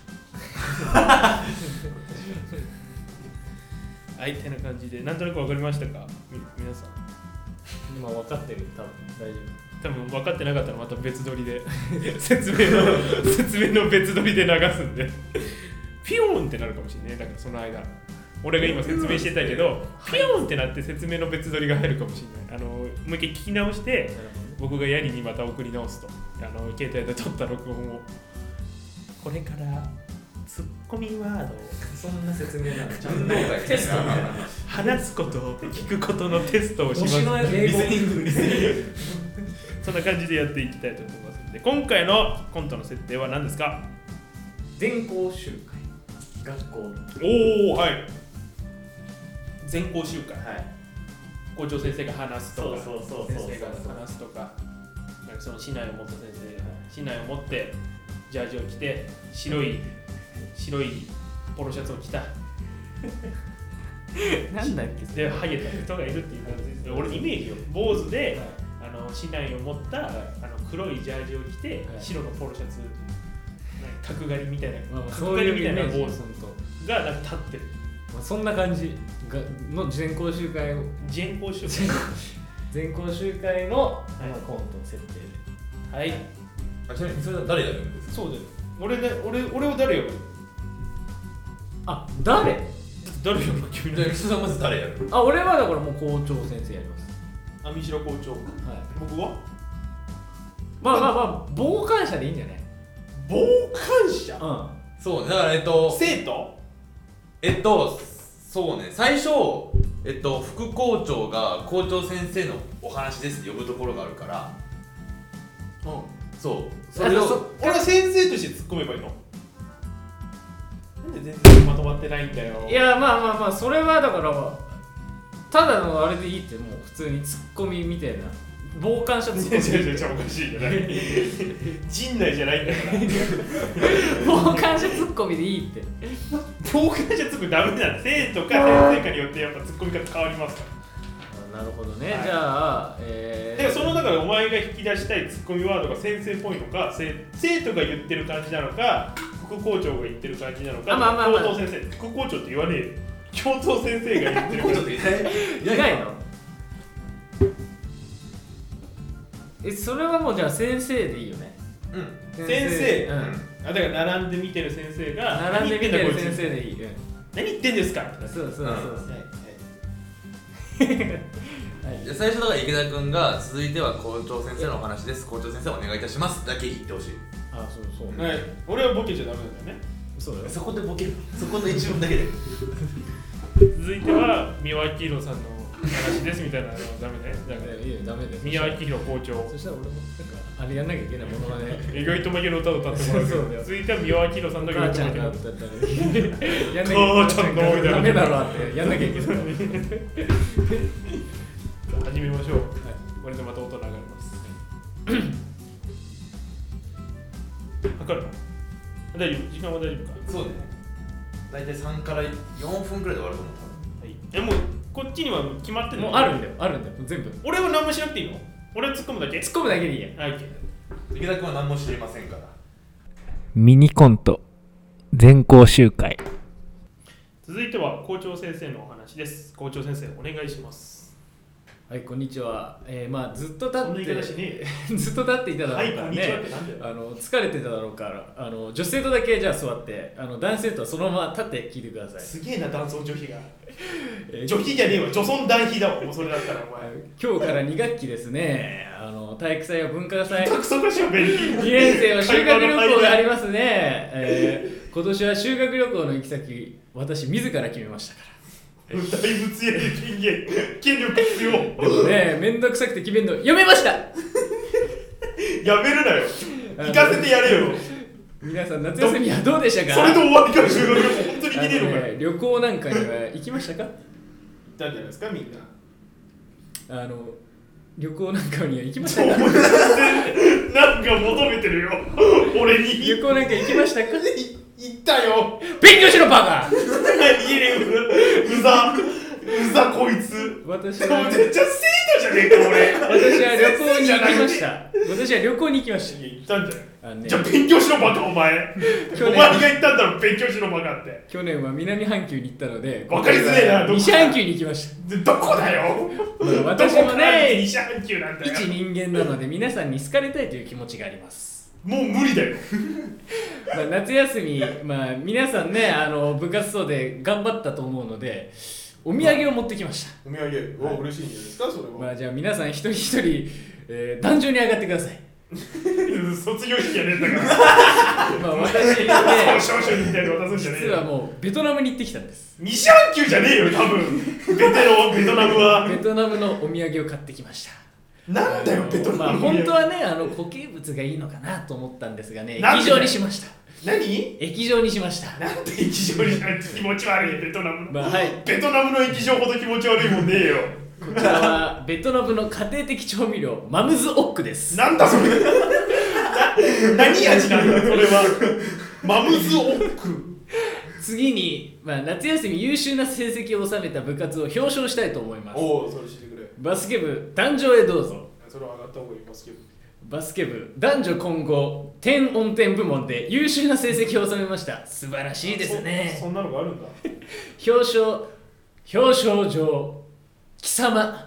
はいてな感じでなんとなく分かりましたかみ皆さん。 今分かってる。多分大丈多分分かってなかったらまた別撮りで説明の説明の別撮りで流すんでピヨーンってなるかもしれない。だからその間俺が今説明してたけどピヨーンってなって説明の別撮りが入るかもしれない。あのもう一回聞き直して僕がヤリにまた送り直すと、あの携帯で撮った録音をこれからツッコミワードを夫。そんな説明なの。ちゃんとテスト話すこと聞くことのテストをします推しの英語。 そんな感じでやっていきたいと思いますので、今回のコントの設定は何ですか？ 全校集会。学校。 おお、はい。全校集会。 はい。 校長先生が話すとか、 そうそうそうそう先生が話すとか、なんかその竹刀を持った先生が竹刀を持ってジャージを着て白い白いポロシャツを着たなんだっけ。 でハゲた人がいるっていう感じですね。俺イメージよ。坊主で、あの竹刀を持った、あの黒いジャージを着て、 はい白のポロシャツ、角刈りみたいな、 まあまあ角刈りみたいな坊主そういうイメージがなんか立ってる。 まあそんな感じがの全校集会を全校集会。 全校集会の、 いまあコントの設定で。 はい。 あちなみにそれは誰やるんですか？ そうだよ。俺ね、俺俺を誰呼ぶ？ あ、誰？ 誰呼ぶ？君のじゃあ、吉田さんまず誰やる？ あ、俺はだからもう校長先生やります。 網代校長。 はい。 僕は？ まあまあまあ傍観者でいいんじゃない？ 傍観者。 うそうね、だからえっと生徒？ えっとそうね、最初えっと副校長が校長先生のお話ですって呼ぶところがあるからうん。 そうそれをそ俺は先生として突っ込めばいいの？なんで全然まとまってないんだよ。 ん。いやまあまあまあそれはだからただのあれでいいってもう普通にツッコミみたいな傍観者ツッコミ。 違う違う違うおかしいじゃない。陣内じゃないんだから。 傍観者ツッコミでいいって。 傍観者ツッコミダメなの。生徒か先生かによってやっぱツッコミ方変わりますから。 なるほどね。 はいじゃあ、えー、 でその中でお前が引き出したいツッコミワードが先生っぽいのか、生生徒が言ってる感じなのか、副校長が言ってる感じなのか、 あまあまあまあ教頭先生、副校長って言わねえよ。教頭先生が言ってる校長っていないいないの？え、それはもうじゃあ先生でいいよね。 うん先生、 うん。 あだから並んで見てる先生が並んで見てる先何言ってんだこいつ生でいい。うん。 何言ってんですかってそうそうそうそう。 うんはいじゃあ最初だから池田君が続いては校長先生のお話です校長先生お願いいたしますだけ言ってほしいあ、そうそう。 はい、俺はボケちゃダメなんだよね。 そうだよ。 そこでボケるそこの一文だけで続いては三輪明宏さんの話ですみたいなのはダメね。だからいやいやダメだよ。 三輪明宏校長。 そしたら俺もなんかあれやんなきゃいけないものまね。 意外と負けの歌を歌ってもらうけどそうだよ続いては三輪明宏さんの意母ちゃん外と負けのがだったらやんなきゃ母ちゃんのみたいなダメだろってやんなきゃいけない。 始めましょう。これでまた音流れます。測るの？大丈夫？時間は大丈夫か？ そうね大体さんからよんぷんくらいで終わると思う。 はい、えもうこっちには決まってるの？ もうあるんだよあるんだよ全部俺は何もしなくていいの？俺は突っ込むだけ？ 突っ込むだけでいいや。 はい、 池田君は何も知りませんから。 ミニコント全校集会。 続いては校長先生のお話です。校長先生お願いします。 はい、こんにちは。えー、まあずっと立そんなって言い方しねえずっと立っていただはい、 ろうからこんにちはっね。 てなんだよ。 あの疲れてただろうからあの女子生徒だけじゃあ座ってあの男子生徒はそのまま立って聞いてください。 すげえな、男尊女卑が。 えー女卑じゃねえわ、女尊男卑だわ、もうそれだったらお前。 今日からに学期ですね。あの体育祭や文化祭クソかしょべり。 にねん生は修学旅行がありますね。えー、今年は修学旅行の行き先私自ら決めましたから。 大仏やで権限、権力必要。 でもね、めんどくさくて決めんのやめました。 やめるなよ。行かせてやれよ。 皆さん夏休みはどうでしたか？ それで終わりか、修学旅行。本当に行けねえのかよ。 あのね旅行なんかには行きましたか？ 行ったんじゃないですか、みんな。 あの旅行なんかには行きましたか？ なんか求めてるよ、俺に。 旅行なんか行きましたか？ 行ったよ。 勉強しろバカ！ いいね、うざ、うざこいつ。 私めっちゃは生徒じゃねえか、俺。 私は旅行に行きました。私は旅行に行きましいや行ったんじゃない。 た。あのねじゃあ勉強しろバカ、お前。 去年お前が言ったんだろ、勉強しろバカって。 去年は南半球に行ったので、 わかりづれえな、どこ西半球に行きました。 でどこだよ。 私もどこからね、 西半球なんだよ。 一人間なので皆さんに好かれたいという気持ちがあります。 もう無理だよ。 まあ、夏休み、まあ、皆さんねあの部活動で頑張ったと思うのでお土産を持ってきました。 お土産、お嬉しいんじゃないですか、それは。 まあ、じゃあ皆さん一人一人、えー、壇上に上がってください。 卒業式やねえんだから。 まあ私ね少々みたいに渡すんじゃねえよ。 実はもうベトナムに行ってきたんです。 西半球じゃねえよ、多分。ベテのベトナムは。 ベトナムのお土産を買ってきました。 なんだよ、ベトまあナム。 本当はねあの固形物がいいのかなと思ったんですがねなんで液状にしました。 何？ 液状にしました。 なんで液状になんて気持ち悪い、ベトナムの。 まあはいベトナムの液状ほど気持ち悪いもんねえよ。 こちらはベトナムの家庭的調味料マムズオックです。 なんだそれ。な何味なんだそれは。マムズオック。 次に、まあ、夏休み優秀な成績を収めた部活を表彰したいと思います。 おお、それしてくれ。 バスケ部壇上へどうぞ。 それは上がった方がいい、バスケ部。 バスケ部男女混合点音点部門で優秀な成績を収めました。素晴らしいですね。 そそんなのがあるんだ。 表彰表彰状貴様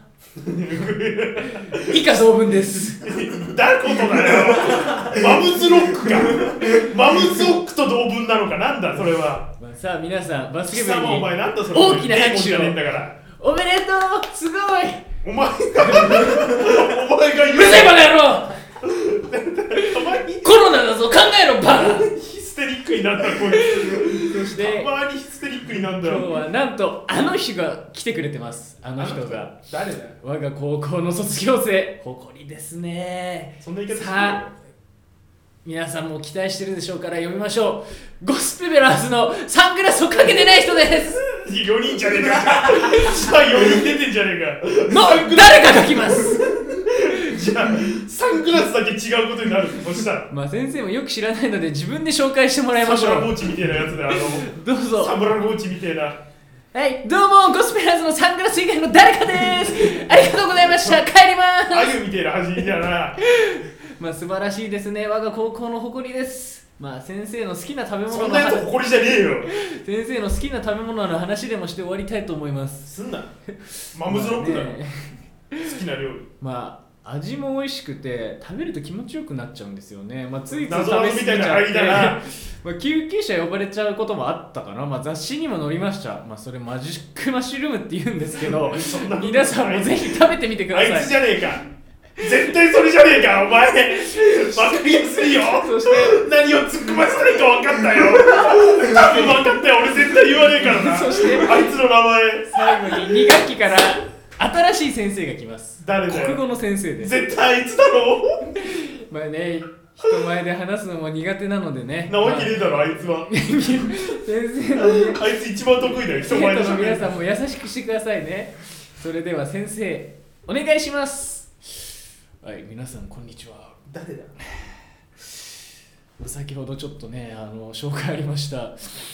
以下同文です。 誰ことだよ。マムズロックか。マムズオックと同文なのか、なんだそれは。 まあ、さあ皆さんバスケ貴様、お部に前なんだそれ。 大きな拍手をじゃねえんだから。 おめでとうすごいお前がお前が言うるせえバカ野郎たまにコロナだぞ考えろバカヒステリックになったこいつ。 そしてたまにヒステリックになるんだ今日よ。 はなんとあの人が来てくれてます。あの人が誰だよ。 我が高校の卒業生誇りですね。 そんな言い方してるよ。 さあ皆さんも期待してるでしょうから読みましょう。ゴスペベラーズのサングラスをかけてない人です。 よにんじゃねえか。さあよにん出てんじゃねえか。 の誰か書きます。 じゃあサングラスだけ違うことになる。そしたらまあ先生もよく知らないので自分で紹介してもらいましサムょう。 ラゴーチみたいなやつで、あのどうぞ。 サムラゴーチみたいな。 はいどうもゴスペラーズのサングラス以外の誰かです。ありがとうございました。帰りますあゆみたいな走りだな。 まあ素晴らしいですね。我が高校の誇りです。まあ先生の好きな食べ物のそんなやつ話誇りじゃねえよ。 先生の好きな食べ物の話でもして終わりたいと思います。 すんな。マムズロックだよ。 まあね好きな料理。 まあ味も美味しくて食べると気持ちよくなっちゃうんですよね。まあついつい謎食べ過ぎち 々みたいなゃって入りだな。 まあ救急車呼ばれちゃうこともあったかな。まあ雑誌にも載りました。まあそれマジックマッシュルームって言うんですけどそんなこと皆さんもぜひ食べてみてくだあさい。 いつじゃねえか。絶対それじゃねえか、お前。わかりやすいよ。 そして何を突っ込ませたいか分かったよ。多分分かったよ。俺絶対言わねえからな。 そしてあいつの名前。 最後にに学期から新しい先生が来ます。 誰だよ。 国語の先生です。 絶対あいつだろ。 まあね人前で話すのも苦手なのでね。 なわけねえだろ、あいつは。 先生のねあいつ一番得意だよ、人前で生徒の皆さん喋る。 も優しくしてくださいね。それでは先生お願いします。はい皆さんこんにちは。 誰だ。 先ほどちょっとねあの紹介ありました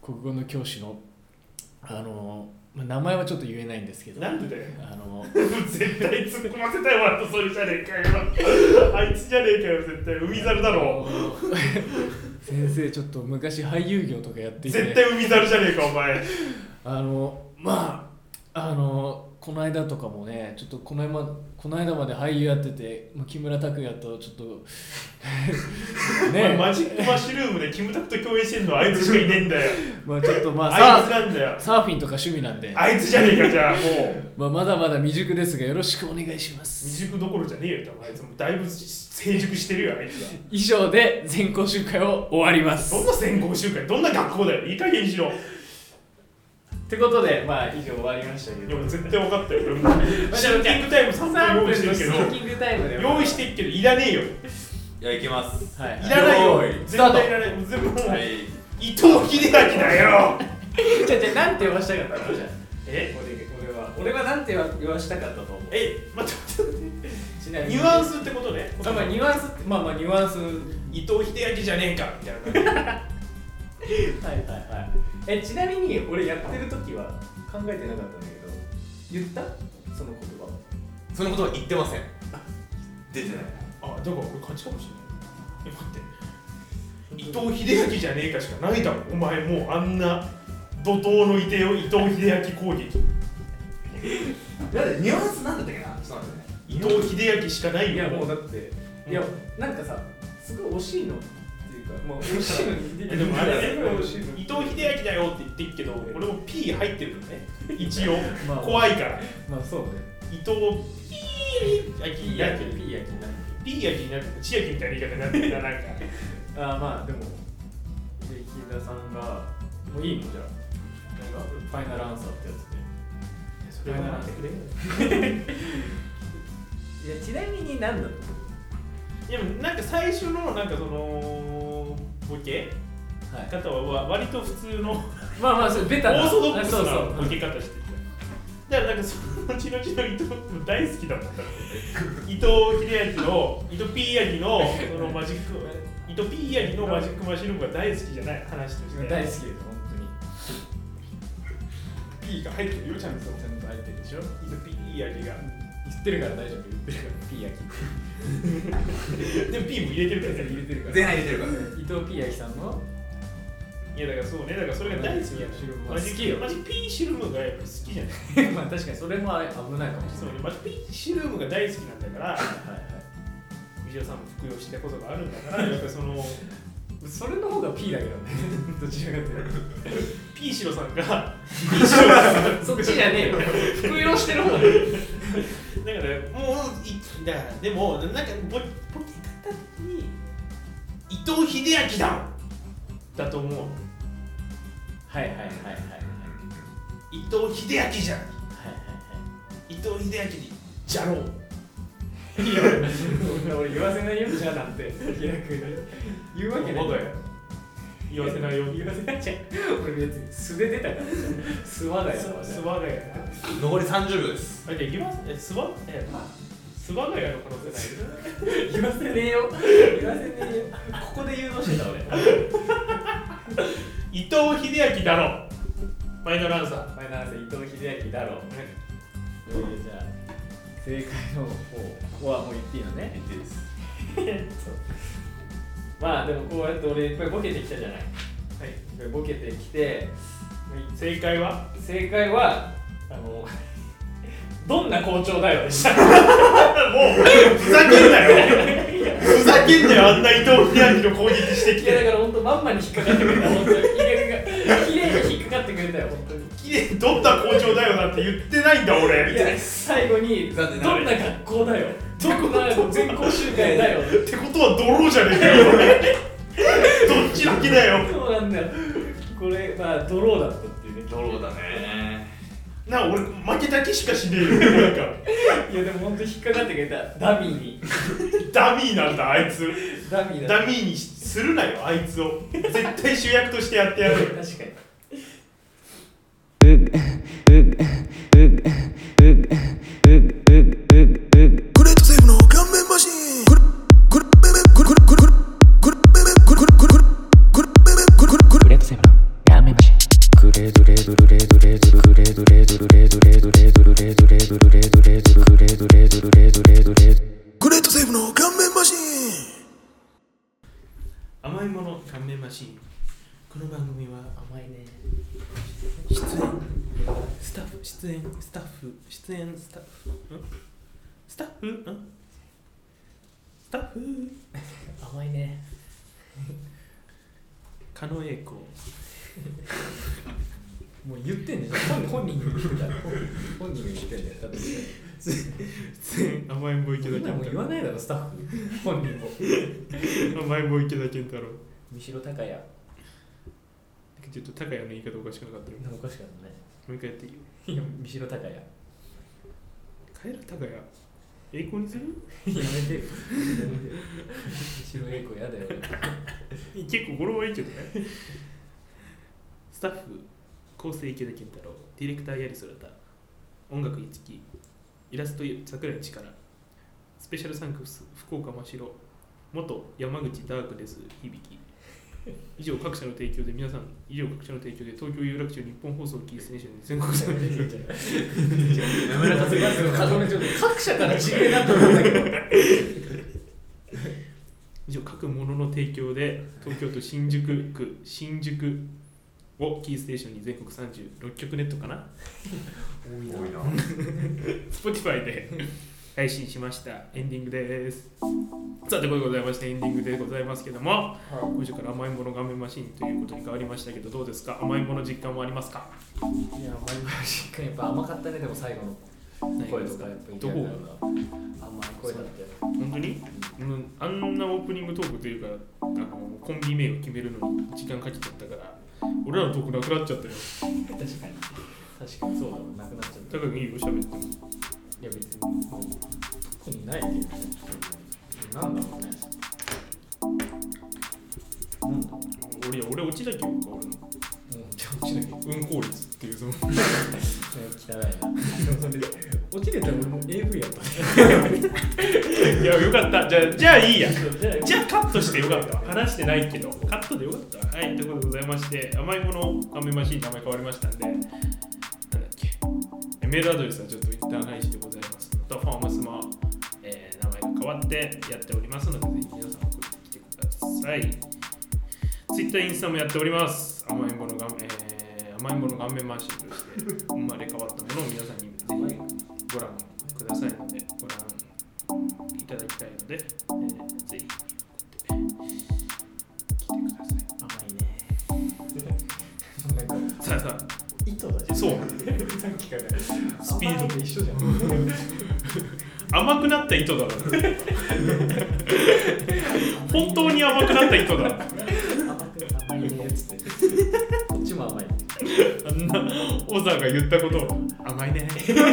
国語の教師のあの、まあ、名前はちょっと言えないんですけど、 なんでだよあの絶対突っ込ませたいわとそれじゃねえかよあいつじゃねえかよ絶対海猿だろ先生ちょっと昔俳優業とかやっていて、 絶対海猿じゃねえかお前あのまああのこの間とかもね、ちょっとこの間この間まで俳優やってて、木村拓哉とちょっとねマジックマッシュルームでキムタクと共演してるのはあいつしかいねえんだよまあちょっとまああいつなんだよ、 サーフィンとか趣味なんで、 あいつじゃねえかじゃあもうまあ、まだまだ未熟ですがよろしくお願いします未熟どころじゃねえよ多分あいつもだいぶ成熟してるよあいつは。 以上で全校集会を終わります。 どんな全校集会どんな学校だよいい加減にしろ。 ってことでまあ以上終わりましたけど、 いや絶対分かったよ俺もシンキングタイムさんぷん用意してるけどシンキングタイムで用意してっけどいらねえよ。 いやいきます。 はいいらないよ用意絶対いらない。全部もう、 はい、 伊藤英明だよじゃあじゃあなんて言わしたかったのじゃあえ俺俺は俺はなんて言わしたかったと思う。 え待って待ってちなみにニュアンスってことね。 あ、まあ、ニュアンスってまあまあニュアンス伊藤英明じゃねえかみたいなはいはいはいえちなみに俺やってる時は考えてなかったんだけど言ったその言葉そのことは言ってません。出てない。 あ、だから俺勝ちかもしれない。え、待って伊藤英明じゃねえかしかないだろお前。もうあんな怒涛の伊藤伊藤英明攻撃だってニュアンスなんだったっけな。そうなんだね。 伊藤英明しかないよ。 いやもうだっていやなんかさすごい惜しいのっていうかもう惜しいのにえでもあれねすごい惜しいの伊藤英明だよって言ってっけど俺も P 入ってるのね一応まあ怖いからまあそうね伊藤ピー焼きになってる。 ピー焼きになってピー焼きになってる。千秋みたいな言い方になってるななんかるあまあでもで木田さんがもういいのじゃあなんかファイナルアンサーってやつでそれは待ってくれいやちなみに何だと思いやなんか最初のなんかそのボケうはい方は割と普通のまあまあそれベタなオーソドックスなそうそうボケ方してた。だからなんかその後々の伊藤大好きだもん。伊藤英明の伊藤 P ヤギのそのマジック伊藤 P ヤギのマジックマシュルームが大好きじゃない話として大好きです本当に P が入ってるよちゃんと。 ちゃんと入ってるでしょ伊藤 P ヤギが言ってるから大丈夫言ってるから P 焼きでも P も入れてるから入れてるから前半入れてるから。 伊藤 P 焼きさんのいやだからそうね、だからそれが大好きやまあマジ好きよマジ P シルームがやっぱ好きじゃないまあ確かにそれも危ないかもしれないそうね、マジ P シルームが大好きなんだからはいはい藤田さんも服用したことがあるんだからやっぱりそのそれの方が P だけどねどちらかというと P シロさんが P シロさんそっちじゃねえよ服用してる方だよだからもういだからでもなんかボボケ方に伊藤英明だだと思う。 はいはいはいはい伊藤英明じゃん。 はい伊藤英明にじゃろう。 はいいや俺言わせないよじゃなんて気楽に言うわけない我が家言わせないよ言わせないじゃん俺別に素で出たから素話だよす我が家残りさんじゅうびょうです。 あ、じゃあ言わせえすわえまあす我が家の可能性ない言わせねえよ言わせねえよここで誘導してた俺伊藤英明だろファイナルアンサー。 前の話伊藤英明だろう、えー、じゃあ正解の方はもう言っていいのね言っていいです。 えっとまあでもこうやって俺いっぱいボケてきたじゃない。 はい、 いっぱいボケてきて正解は正解はあのどんな校長だよでした。 もうふざけんなよふざけんなよあんな伊藤英明の攻撃してきいやだてから本当まんまに引っかかってくれた本当に威力が綺麗に引っかかってくれたよ本当に。 きれいどんな校長だよなんて言ってないんだ俺いや最後にどんな学校だよどんな全校集会だよってことはドローじゃねえかよどっちだけだよそうなんだよこれまあドローだったっていうねドローだね。 な俺負けだけしかしねえよなんかいやでも本当に引っかかってくれたダミーにダミーなんだあいつダミーだダミーにするなよあいつを絶対主役としてやってやる確かにグレートセーブの顔面マシーン。グルグルグルグルグルグルグルグルグルグルグルグルグルグルグルグルグレートセーブの顔面マシーン。 顔面マシン。この番組は甘いね。 出演スタッフ出演スタッフ出演スタッフんスタッフんスタッフ甘いね。 狩野英孝もう言ってんねん。本本人が言ってた。本人が言ってんねん。だって出演甘えん坊池田みんなもう健言わないだろスタッフ。本人も。 太郎甘えん坊池田健太郎。 三城孝也。 ちょっと高谷の言い方おかしくなかったよ。 おかしかったね。 もう一回やっていいよ。 いや三城孝也。 カエル高谷栄光にするやめてよ。やめてよ。三城栄子やだよ。 結構語呂はいいけどね。スタッフ構成池田健太郎、ディレクターやりそらた、音楽いつき、イラスト桜井力、スペシャルサンクス福岡真城、元山口ダークです響き。以上各社の提供で皆さん以上各社の提供で東京有楽町日本放送キーステーションで全国さんでやめなかった各社から違いだと思うんだけど。 以上各ものの提供で東京都新宿区新宿をキーステーションに全国さんじゅうろっきょくネットかな多いな。 多いな Spotify で配信しましたエンディングです。さあということでございましてエンディングでございますけども、今週から甘いもの画面マシンということに変わりましたけどどうですか。甘いもの実感はありますか。 いや甘いもの実感やっぱ甘かったね。でも最後の声とかやっぱりどこが甘い声だったよ。 本当に、うん、あんなオープニングトークというかあのコンビ名を決めるのに時間かけちゃったから俺らのトークなくなっちゃったよ。 確かに確かにそうだろうなくなっちゃった。 高くいいよ喋っても。 いや別にもう特にないけどね。なんだろうね。なんだろう。 俺俺落ちだけ言うか俺の。 うんじゃあ落ちなきゃ。 運行率っていうその汚いな。落ちてたら俺も エーブイ やったね。 いやよかったじゃあじゃあいいやじゃあカットしてよかった話してないけどカットでよかったはいということでございまして甘いもの画面マシン名前変わりましたんでなんだっけメールアドレスはちょっと一旦廃止でございますのとフォームスも、えー、名前が変わってやっておりますのでぜひ皆さん送ってきてください。ツイッターインスタもやっております甘いものが、えー、甘いもの顔面マシンとして生まれ変わったものを皆さんにぜひご覧くださいのでご覧いただきたいので、えー、ぜひ送ってきてください。 甘いね。 さあさあ糸だじゃん。 そうさっきからスピードと一緒じゃん。 甘くなった糸だろ本当に甘くなった糸だ甘く甘いねっつって。こっちも甘い。 あんな小沢が言ったことを甘いね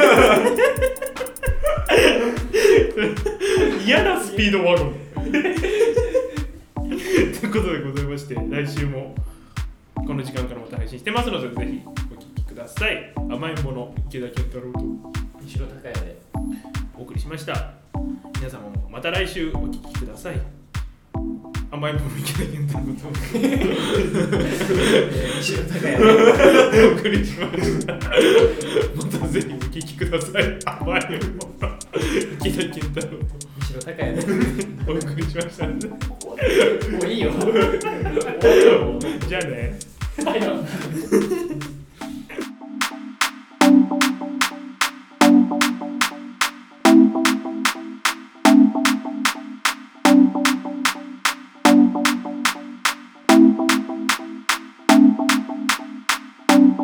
嫌なスピードワゴンということでございまして来週もこの時間からまた配信してますのでぜひお聞きください。甘いもの池田健太郎と西野高也でお送りしました。皆様もまた来週お聞きください。甘いもの池田健太郎と西野高也でお送りしました。またぜひお聞きください。甘いもの池田健太郎と西野高也でお送りしました。 もういいよ。 じゃあね。 はいよ。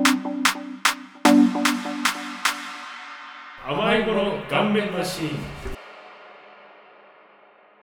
甘いもの顔面マシーン。